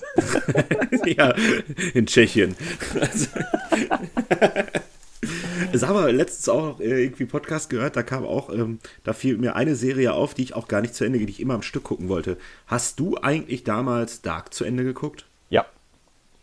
ja, in Tschechien. Also, ich habe letztens auch äh, irgendwie Podcast gehört, da kam auch, ähm, da fiel mir eine Serie auf, die ich auch gar nicht zu Ende, die ich immer am Stück gucken wollte. Hast du eigentlich damals Dark zu Ende geguckt? Ja,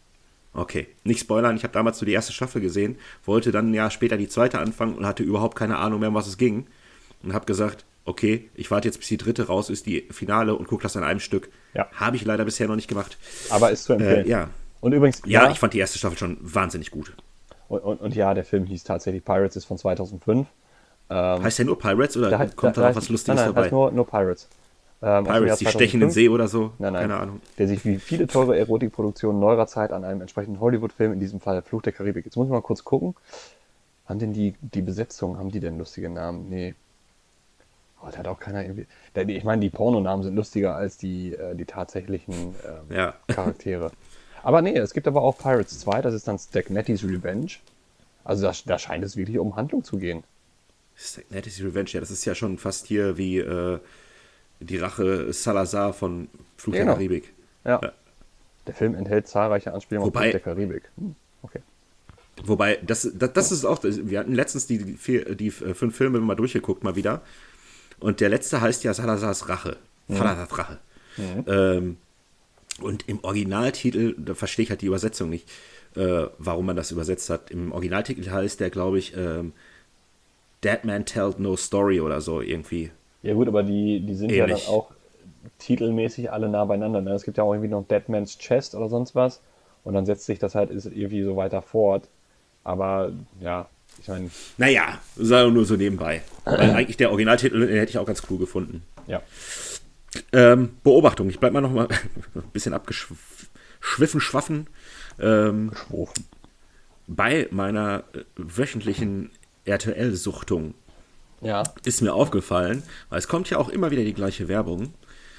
Okay, nicht spoilern, ich habe damals nur die erste Staffel gesehen, wollte dann ja später die zweite anfangen und hatte überhaupt keine Ahnung mehr, um was es ging. Und habe gesagt, okay, ich warte jetzt, bis die dritte raus ist, die Finale, und gucke das an einem Stück. Ja. Habe ich leider bisher noch nicht gemacht. Aber ist zu empfehlen. Äh, ja. Und übrigens, ja, ja, ich fand die erste Staffel schon wahnsinnig gut. Und, und, und ja, der Film hieß tatsächlich Pirates, ist von zweitausendfünf. Ähm, heißt der nur Pirates oder da, kommt da, da noch was Lustiges nein, nein, dabei? Heißt nur, nur Pirates. Ähm, Pirates, die stechen in den See oder so? Nein, nein. Keine Ahnung. Der sich wie viele teure Erotikproduktionen neuerer Zeit an einem entsprechenden Hollywood-Film, in diesem Fall Fluch der Karibik. Jetzt muss ich mal kurz gucken. Haben denn die, die Besetzung, haben die denn lustige Namen? Nee. Oh, da hat auch keiner irgendwie... Ich meine, die Pornonamen sind lustiger als die, äh, die tatsächlichen ähm, Ja. Charaktere. Aber nee, es gibt aber auch Pirates zwei, das ist dann Stagnettys Revenge. Also da, da scheint es wirklich um Handlung zu gehen. Stagnettys Revenge, ja, das ist ja schon fast hier wie... Äh, die Rache Salazar von Fluch Genau. der Karibik. Ja. Ja. Der Film enthält zahlreiche Anspielungen auf Wobei- Fluch der Karibik. Hm, okay. Wobei, das, das, das ist auch, wir hatten letztens die, die, vier, die fünf Filme mal durchgeguckt, mal wieder. Und der letzte heißt ja Salazars Rache. Mhm. Salazars Rache. Mhm. Ähm, und im Originaltitel, da verstehe ich halt die Übersetzung nicht, äh, warum man das übersetzt hat. Im Originaltitel heißt der, glaube ich, ähm, Dead Man Tells No Story oder so irgendwie. Ja gut, aber die, die sind Ähnlich. ja dann auch titelmäßig alle nah beieinander. Ne? Es gibt ja auch irgendwie noch Dead Man's Chest oder sonst was. Und dann setzt sich das halt ist irgendwie so weiter fort. Aber ja, ich meine... Naja, sei nur so nebenbei. Weil eigentlich der Originaltitel, den hätte ich auch ganz cool gefunden. Ja. Ähm, Beobachtung, ich bleib mal noch mal ein bisschen abgeschwiffen, schwaffen. Ähm, Geschwofen. bei meiner äh, wöchentlichen R T L-Suchtung Ja. ist mir aufgefallen, weil es kommt ja auch immer wieder die gleiche Werbung.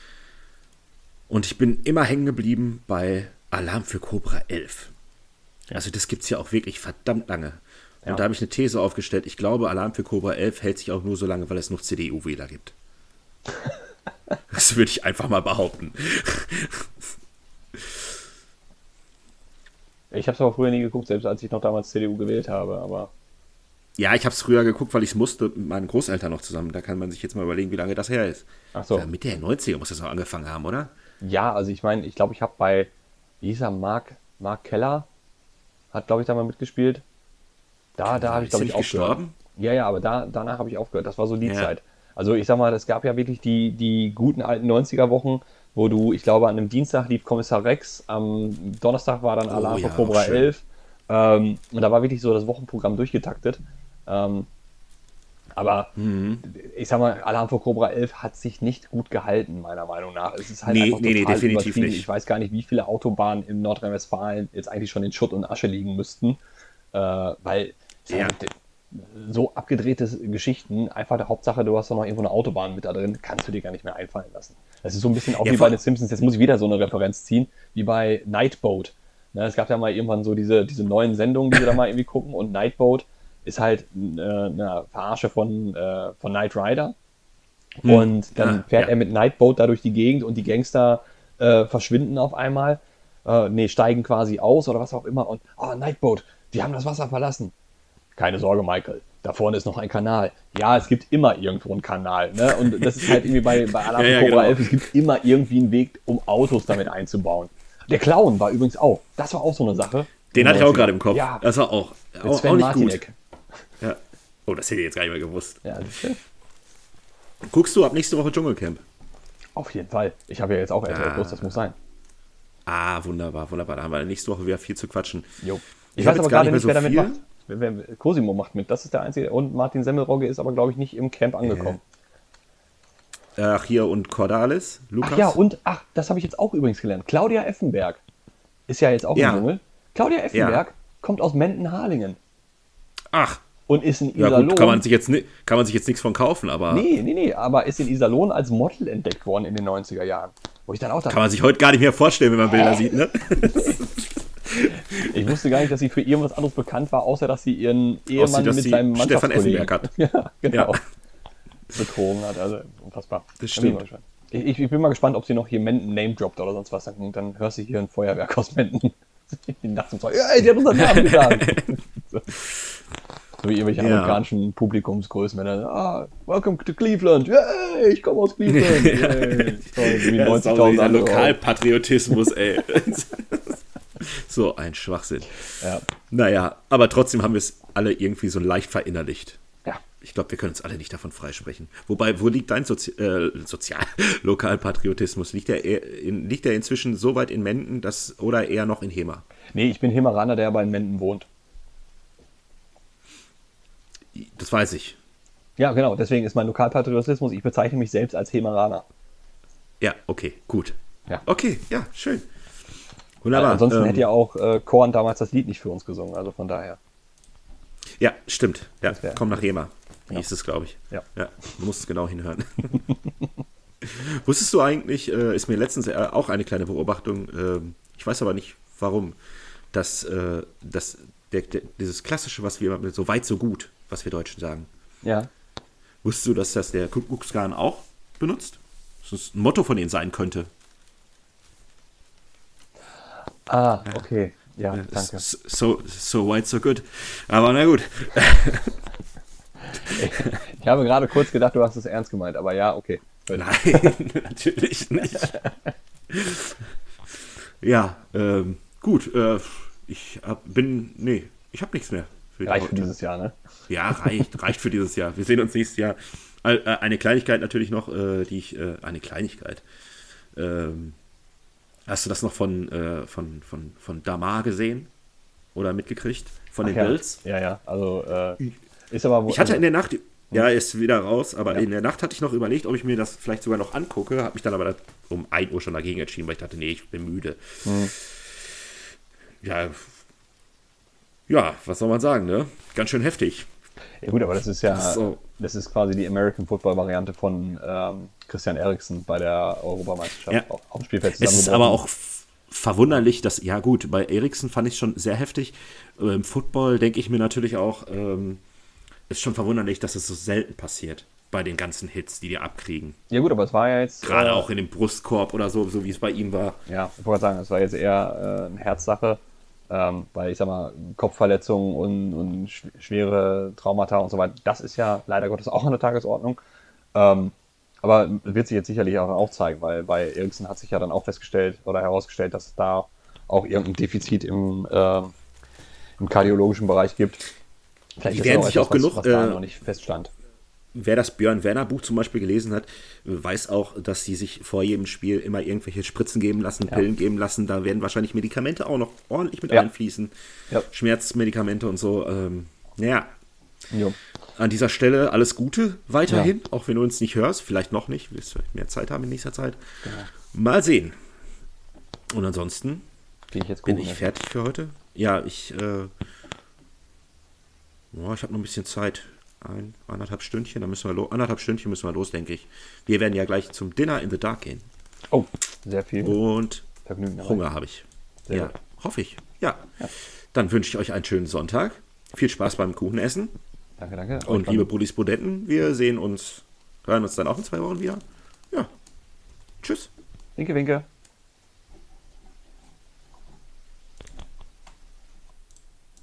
Und ich bin immer hängen geblieben bei Alarm für Cobra elf. Also das gibt es ja auch wirklich verdammt lange. Und Ja. da habe ich eine These aufgestellt. Ich glaube, Alarm für Cobra elf hält sich auch nur so lange, weil es noch C D U-Wähler gibt. Das würde ich einfach mal behaupten. Ich habe es aber früher nie geguckt, selbst als ich noch damals C D U gewählt habe. Aber Ja, ich habe es früher geguckt, weil ich es musste mit meinen Großeltern noch zusammen. Da kann man sich jetzt mal überlegen, wie lange das her ist. ach so. Ja, Mitte der neunziger muss das auch angefangen haben, oder? Ja, also ich meine, ich glaube, ich habe bei dieser Mark, Mark Keller, hat glaube ich da mal mitgespielt. Da, da habe ich Ist glaube er ich nicht aufgehört. gestorben? Ja, ja, aber da, danach habe ich aufgehört. Das war so die Ja. Zeit. Also ich sag mal, es gab ja wirklich die, die guten alten neunziger-Wochen, wo du, ich glaube, an einem Dienstag lief Kommissar Rex, am Donnerstag war dann Oh Alarm für ja, Cobra auch schön. elf. Ähm, und da war wirklich so das Wochenprogramm durchgetaktet. Ähm, aber Mhm. ich sag mal, Alarm für Cobra elf hat sich nicht gut gehalten, meiner Meinung nach. Es ist halt Nee, einfach nee, nee, total definitiv übertrieben. nicht. Ich weiß gar nicht, wie viele Autobahnen in Nordrhein-Westfalen jetzt eigentlich schon in Schutt und Asche liegen müssten. Äh, weil ich sag Ja. mal, so abgedrehte Geschichten, einfach der Hauptsache, du hast doch noch irgendwo eine Autobahn mit da drin, kannst du dir gar nicht mehr einfallen lassen. Das ist so ein bisschen auch Ja, wie vor- bei den Simpsons, jetzt muss ich wieder so eine Referenz ziehen, wie bei Nightboat. Ne, es gab ja mal irgendwann so diese, diese neuen Sendungen, die wir da mal irgendwie gucken, und Nightboat ist halt äh, eine Verarsche von, äh, von Knight Rider. Hm. Und dann Ah, fährt ja. er mit Nightboat da durch die Gegend und die Gangster äh, verschwinden auf einmal. Äh, nee, steigen quasi aus oder was auch immer. Und, oh, Nightboat, die haben das Wasser verlassen. Keine Sorge, Michael. Da vorne ist noch ein Kanal. Ja, es gibt immer irgendwo einen Kanal. Ne? Und das ist halt irgendwie bei, bei Alarm Ja, ja, für Cobra genau. elf, es gibt immer irgendwie einen Weg, um Autos damit einzubauen. Der Clown war übrigens auch. Das war auch so eine Sache. Den hatte ich auch gerade im Kopf. Ja, Das war auch, mit auch, Sven auch nicht Martinek. gut. Ja. Oh, das hätte ich jetzt gar nicht mehr gewusst. Ja, das ist, Guckst du ab nächste Woche Dschungelcamp? auf jeden Fall. Ich habe ja jetzt auch R T L Ja. Plus, das muss sein. Ah, wunderbar, wunderbar. Da haben wir nächste Woche wieder viel zu quatschen. Jo. Ich, Ich weiß hab aber jetzt gar gerade nicht nicht, mehr wer so damit viel. macht. Wer, wer, Cosimo macht mit, das ist der einzige. Und Martin Semmelrogge ist aber, glaube ich, nicht im Camp angekommen. Ach, hier und Cordalis, Lukas. Ach ja, und, ach, das habe ich jetzt auch übrigens gelernt. Claudia Effenberg ist ja jetzt auch Ja. im Dschungel. Claudia Effenberg kommt aus Menden-Harlingen Ach, und ist in ja Iserlohn. gut, kann man sich jetzt, ni- kann man sich jetzt nichts von kaufen, aber Nee, nee, nee, aber ist in Iserlohn als Model entdeckt worden in den neunziger Jahren. Wo ich dann auch dachte, kann man sich heute gar nicht mehr vorstellen, wenn man Bilder sieht, ne? ich wusste gar nicht, dass sie für irgendwas anderes bekannt war, außer dass sie ihren Ehemann Außer, dass mit sie seinem Stefan Mannschaftskollegen Effenberg hat. ja, genau. Ja. betrogen hat. Also unfassbar. Das Da bin ich stimmt. mal gespannt. Ich, ich, ich bin mal gespannt, ob sie noch hier Menden Name droppt oder sonst was. Dann, dann hörst du hier ein Feuerwerk aus Menden. Nachts um zwei. Ey, die hat unseren Namen gesagt. so. so wie irgendwelche Ja. amerikanischen Publikumsgrößen. Wenn dann, ah, welcome to Cleveland. Yay, ich komme aus Cleveland. Yay. Toll, wie Ja, das ist auch neunzigtausend dieser andere. Lokalpatriotismus, ey. So ein Schwachsinn. Ja. Naja, aber trotzdem haben wir es alle irgendwie so leicht verinnerlicht. Ja. Ich glaube, wir können uns alle nicht davon freisprechen. Wobei, wo liegt dein Sozi äh, Sozial-Lokalpatriotismus? Liegt der, eher in, liegt der inzwischen so weit in Menden dass, oder eher noch in Hema? Nee, ich bin Hemeraner, der aber in Menden wohnt. Das weiß ich. Ja, genau. Deswegen ist mein Lokalpatriotismus, ich bezeichne mich selbst als Hemeraner. Ja, okay, gut. Ja. Okay, ja, schön. Wunderbar. Äh, ansonsten ähm, hätte ja auch äh, Korn damals das Lied nicht für uns gesungen, also von daher. Ja, stimmt. Ja, wär, komm nach Hema. Ja. Hieß es, glaube ich. Ja. Ja, du musst genau hinhören. Wusstest du eigentlich, äh, ist mir letztens äh, auch eine kleine Beobachtung, äh, ich weiß aber nicht warum, dass, äh, dass der, der, dieses Klassische, was wir immer so weit, so gut, was wir Deutschen sagen. Ja. Wusstest du, dass das der Ku Klux Klan auch benutzt? Dass das ein Motto von ihnen sein könnte. Ah, okay. Ja, Äh, danke. So, so weit, so good. Aber na gut. Ich habe gerade kurz gedacht, du hast es ernst gemeint, aber ja, okay. Nein, natürlich nicht. Ja, ähm, gut. Äh, ich hab, bin, nee, ich habe nichts mehr. Für Reicht für heute. dieses Jahr, ne? Ja, reicht, reicht für dieses Jahr. Wir sehen uns nächstes Jahr. Äh, eine Kleinigkeit natürlich noch, äh, die ich, äh, eine Kleinigkeit. Ähm, hast du das noch von, äh, von, von, von Damar gesehen? Oder mitgekriegt? Von den ja. Bills? Ja, ja, also äh, ist aber... Wo, Ich hatte also, in der Nacht, ja, er ist wieder raus, aber Ja. in der Nacht hatte ich noch überlegt, ob ich mir das vielleicht sogar noch angucke, habe mich dann aber um ein Uhr schon dagegen entschieden, weil ich dachte, nee, ich bin müde. Hm. Ja, ja, was soll man sagen, ne? Ganz schön heftig. Ja gut, aber das ist ja, Das ist so. das ist quasi die American Football Variante von ähm, Christian Eriksen bei der Europameisterschaft. Ja. Auch auf dem Spielfeld Es ist zusammengebrochen. aber auch f- verwunderlich, dass, ja gut, bei Eriksen fand ich es schon sehr heftig. Äh, Im Football denke ich mir natürlich auch, ähm, ist schon verwunderlich, dass es so selten passiert bei den ganzen Hits, die die abkriegen. Ja gut, aber es war ja jetzt... Gerade äh, auch in dem Brustkorb oder so, so wie es bei ihm war. Ja, ich wollte sagen, es war jetzt eher äh, eine Herzsache, ähm, weil ich sag mal, Kopfverletzungen und, und sch schwere Traumata und so weiter, das ist ja leider Gottes auch an der Tagesordnung. Ähm, aber wird sich jetzt sicherlich auch, auch zeigen, weil bei Eriksen hat sich ja dann auch festgestellt oder herausgestellt, dass es da auch irgendein Defizit im, äh, im kardiologischen Bereich gibt. Vielleicht Die ist werden das sich auch etwas, genug, was, was da äh, noch nicht feststand. Wer das Björn Werner Buch zum Beispiel gelesen hat, weiß auch, dass sie sich vor jedem Spiel immer irgendwelche Spritzen geben lassen, Ja. Pillen geben lassen. Da werden wahrscheinlich Medikamente auch noch ordentlich mit Ja. einfließen. Ja. Schmerzmedikamente und so. Ähm, naja, Jo. an dieser Stelle alles Gute weiterhin, auch wenn du uns nicht hörst. Vielleicht noch nicht, wirst vielleicht mehr Zeit haben in nächster Zeit. Genau. Mal sehen. Und ansonsten Gehe ich jetzt bin gucken, ich ne? fertig für heute. Ja, ich, äh, ja, ich habe noch ein bisschen Zeit. Ein, anderthalb Stündchen, dann müssen wir los. Anderthalb Stündchen müssen wir los, denke ich. Wir werden ja gleich zum Dinner in the Dark gehen. Oh, sehr viel Und Vergnügen dabei. Hunger habe ich. Sehr ja, gut. hoffe ich. Ja. Ja. Dann wünsche ich euch einen schönen Sonntag. Viel Spaß beim Kuchenessen. Danke, danke. Und dann- liebe Brudis Budetten, wir sehen uns, hören uns dann auch in zwei Wochen wieder. Ja. Tschüss. Winke, winke.